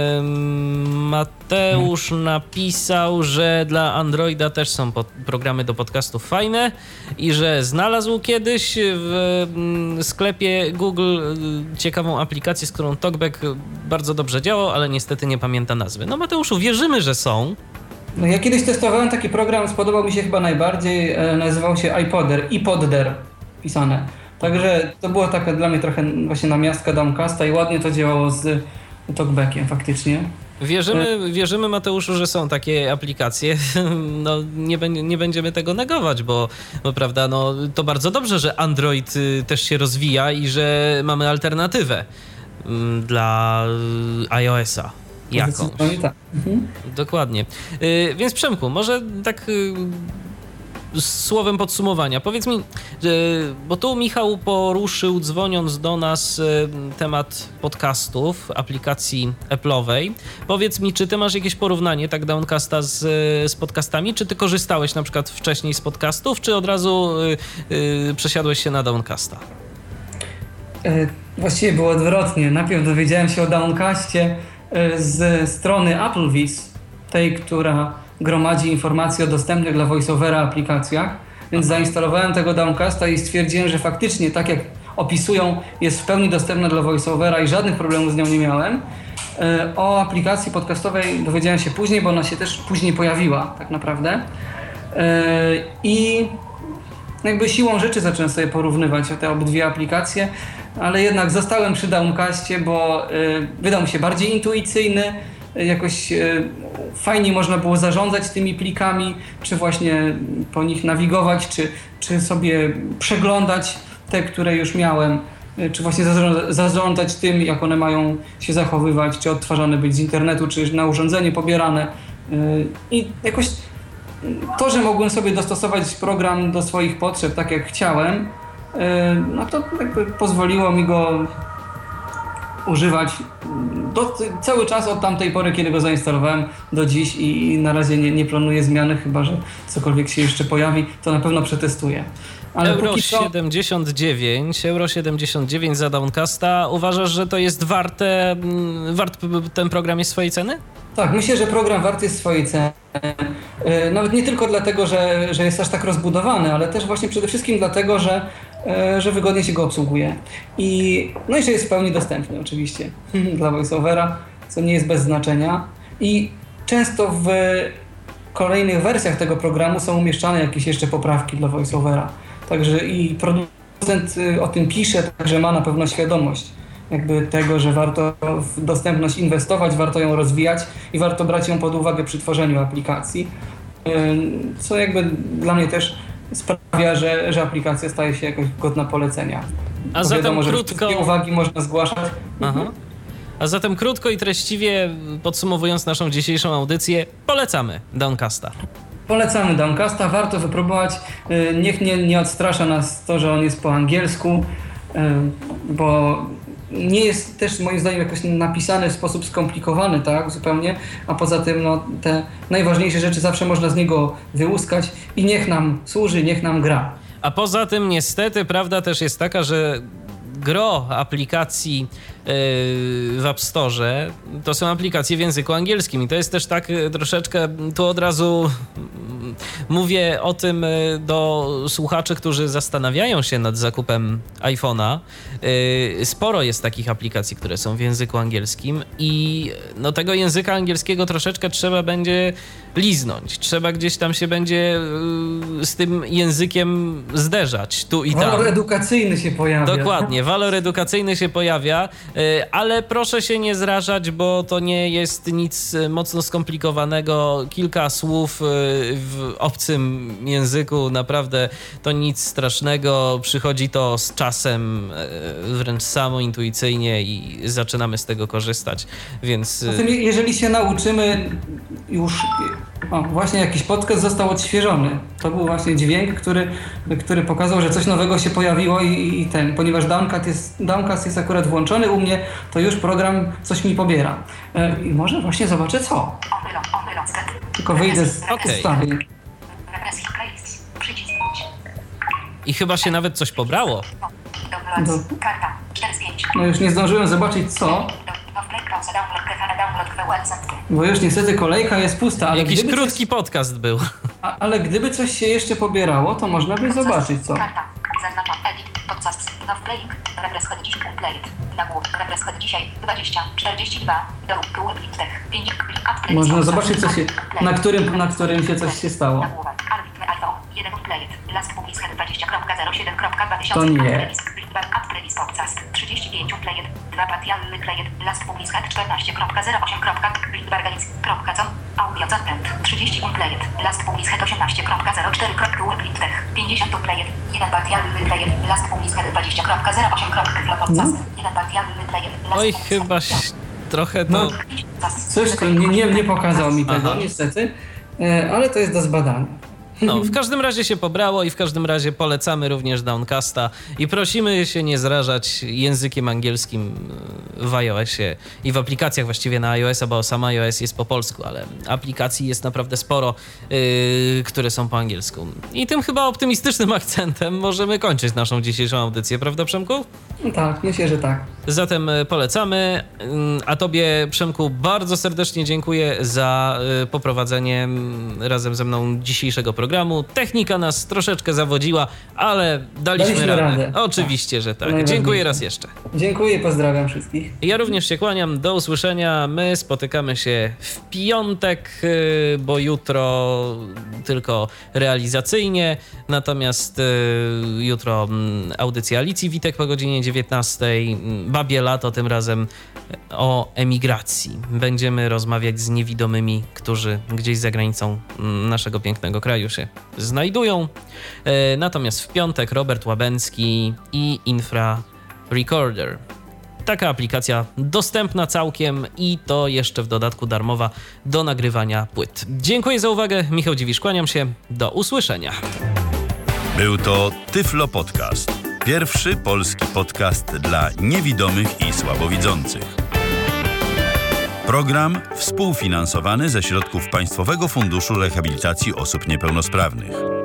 Em, Mateusz napisał, że dla Androida też są pod- programy do podcastów fajne i że znalazł kiedyś w mm, sklepie Google y, ciekawą aplikację, z którą TalkBack bardzo dobrze działał, ale niestety nie pamięta nazwy. No Mateuszu, wierzymy, że są. No, ja kiedyś testowałem taki program, spodobał mi się chyba najbardziej, e, nazywał się iPodder, iPodder pisane. Także to było taka dla mnie trochę właśnie namiastka Downcasta i ładnie to działało z TalkBackiem faktycznie. Wierzymy, wierzymy, Mateuszu, że są takie aplikacje. No, nie, bę- nie będziemy tego negować, bo, bo prawda, no, to bardzo dobrze, że Android y, też się rozwija i że mamy alternatywę mm, dla y, iOS-a. Jakąś. Zdecydowanie tak. Mhm. Dokładnie. Y, więc Przemku, może tak y, słowem podsumowania. Powiedz mi, y, bo tu Michał poruszył, dzwoniąc do nas, y, temat podcastów, aplikacji Apple'owej. Powiedz mi, czy ty masz jakieś porównanie tak Downcasta z, z podcastami? Czy ty korzystałeś na przykład wcześniej z podcastów, czy od razu y, y, przesiadłeś się na Downcasta? E, Właściwie było odwrotnie. Najpierw dowiedziałem się o Downcastie e, z strony AppleVis, tej, która gromadzi informacje o dostępnych dla VoiceOvera aplikacjach, więc zainstalowałem tego Downcasta i stwierdziłem, że faktycznie tak jak opisują, jest w pełni dostępna dla VoiceOvera i żadnych problemów z nią nie miałem. E, O aplikacji podcastowej dowiedziałem się później, bo ona się też później pojawiła tak naprawdę. E, I jakby siłą rzeczy zacząłem sobie porównywać te obydwie aplikacje, ale jednak zostałem przy Downcastie, bo y, wydał mi się bardziej intuicyjny, y, jakoś y, fajniej można było zarządzać tymi plikami, czy właśnie po nich nawigować, czy, czy sobie przeglądać te, które już miałem, y, czy właśnie zarządzać, zarządzać tym, jak one mają się zachowywać, czy odtwarzane być z internetu, czy na urządzenie pobierane. Y, I jakoś to, że mogłem sobie dostosować program do swoich potrzeb tak jak chciałem, no to jakby pozwoliło mi go używać do, cały czas od tamtej pory, kiedy go zainstalowałem, do dziś i na razie nie, nie planuję zmiany, chyba że cokolwiek się jeszcze pojawi, to na pewno przetestuję. Ale Euro póki co, siedemdziesiąt dziewięć, Euro siedemdziesiąt dziewięć za Downcasta. Uważasz, że to jest warte, mm, wart p- p- ten program jest swojej ceny? tak, myślę, że program wart jest swojej ceny. Yy, Nawet nie tylko dlatego, że, że jest aż tak rozbudowany, ale też właśnie przede wszystkim dlatego, że, yy, że wygodnie się go obsługuje. I, no i że jest w pełni dostępny oczywiście dla VoiceOvera, co nie jest bez znaczenia. I często w kolejnych wersjach tego programu są umieszczane jakieś jeszcze poprawki dla VoiceOvera. Także i producent yy, o tym pisze, także ma na pewno świadomość jakby tego, że warto w dostępność inwestować, warto ją rozwijać i warto brać ją pod uwagę przy tworzeniu aplikacji, co jakby dla mnie też sprawia, że, że aplikacja staje się jakoś godna polecenia. A Bo zatem wiadomo, że krótko... wszystkie uwagi można zgłaszać. Aha. A zatem krótko i treściwie podsumowując naszą dzisiejszą audycję, polecamy Downcasta. Polecamy Downcasta, warto wypróbować. Niech nie, nie odstrasza nas to, że on jest po angielsku, bo nie jest też moim zdaniem jakoś napisany w sposób skomplikowany, tak, zupełnie, a poza tym no, te najważniejsze rzeczy zawsze można z niego wyłuskać i niech nam służy, niech nam gra. A poza tym niestety prawda też jest taka, że gro aplikacji w App Store to są aplikacje w języku angielskim i to jest też tak troszeczkę, tu od razu mówię o tym do słuchaczy, którzy zastanawiają się nad zakupem iPhone'a. Sporo jest takich aplikacji, które są w języku angielskim i no tego języka angielskiego troszeczkę trzeba będzie liznąć. Trzeba gdzieś tam się będzie z tym językiem zderzać tu i tam. Walor edukacyjny się pojawia. Dokładnie, walor edukacyjny się pojawia, ale proszę się nie zrażać, bo to nie jest nic mocno skomplikowanego. Kilka słów w obcym języku, naprawdę to nic strasznego. Przychodzi to z czasem wręcz samointuicyjnie i zaczynamy z tego korzystać, więc... Zatem jeżeli się nauczymy już... O, właśnie jakiś podcast został odświeżony. To był właśnie dźwięk, który, który pokazał, że coś nowego się pojawiło i, i ten, ponieważ Downcast jest, Downcast jest akurat włączony u mnie, to już program coś mi pobiera. E, I może właśnie zobaczę co. Tylko wyjdę z okay. ustawy. I chyba się nawet coś pobrało. Do, no już nie zdążyłem zobaczyć co. Bo już niestety kolejka jest pusta. Ale jakiś krótki coś, podcast był. A, ale gdyby coś się jeszcze pobierało, to można by zobaczyć co. Zaznaczam edit, podcast, now playing, regres head dziś, played, nagłówek, regres head dzisiaj, dwadzieścia, czterdzieści dwa, do Google Tech, pięć, app, można zobaczyć co się, na którym, na którym się coś się stało. Nagłówek, Alvin, iPhone, jeden, played, last public head dwadzieścia zero siedem dwa tysiące, to nie. app, playlist, podcast, trzydzieści pięć, played, dwa, patialny, played, last public head czternaście zero osiem, blindbargalic, com, audio, content, trzydzieści, played, last public head osiemnaście zero cztery, Google Tech, pięćdziesiąt, played, jeden, patialny, played, last public head dwadzieścia zero osiem, podcast, jeden, patialny, played, last Oj, chyba trochę to... No, coś to nie, nie, nie pokazał mi tego, aha, niestety, ale to jest do zbadania. No, w każdym razie się pobrało i w każdym razie polecamy również Downcasta i prosimy się nie zrażać językiem angielskim w iOSie i w aplikacjach właściwie na iOS-a, bo sam iOS jest po polsku, ale aplikacji jest naprawdę sporo, yy, które są po angielsku. I tym chyba optymistycznym akcentem możemy kończyć naszą dzisiejszą audycję, prawda, Przemku? Tak, myślę, że tak. Zatem polecamy, a tobie, Przemku, bardzo serdecznie dziękuję za poprowadzenie razem ze mną dzisiejszego programu. Technika nas troszeczkę zawodziła, ale daliśmy, daliśmy radę. radę. Oczywiście, że tak. Dziękuję raz jeszcze. Dziękuję, pozdrawiam wszystkich. Ja również się kłaniam, do usłyszenia. My spotykamy się w piątek, bo jutro tylko realizacyjnie, natomiast jutro audycja Alicji Witek po godzinie dziewiętnastej. Babie lato, tym razem o emigracji. Będziemy rozmawiać z niewidomymi, którzy gdzieś za granicą naszego pięknego kraju się znajdują. Natomiast w piątek Robert Łabęcki i Infra Recorder. Taka aplikacja dostępna całkiem i to jeszcze w dodatku darmowa do nagrywania płyt. Dziękuję za uwagę. Michał Dziwisz, kłaniam się. Do usłyszenia. Był to Tyflo Podcast. Pierwszy polski podcast dla niewidomych i słabowidzących. Program współfinansowany ze środków Państwowego Funduszu Rehabilitacji Osób Niepełnosprawnych.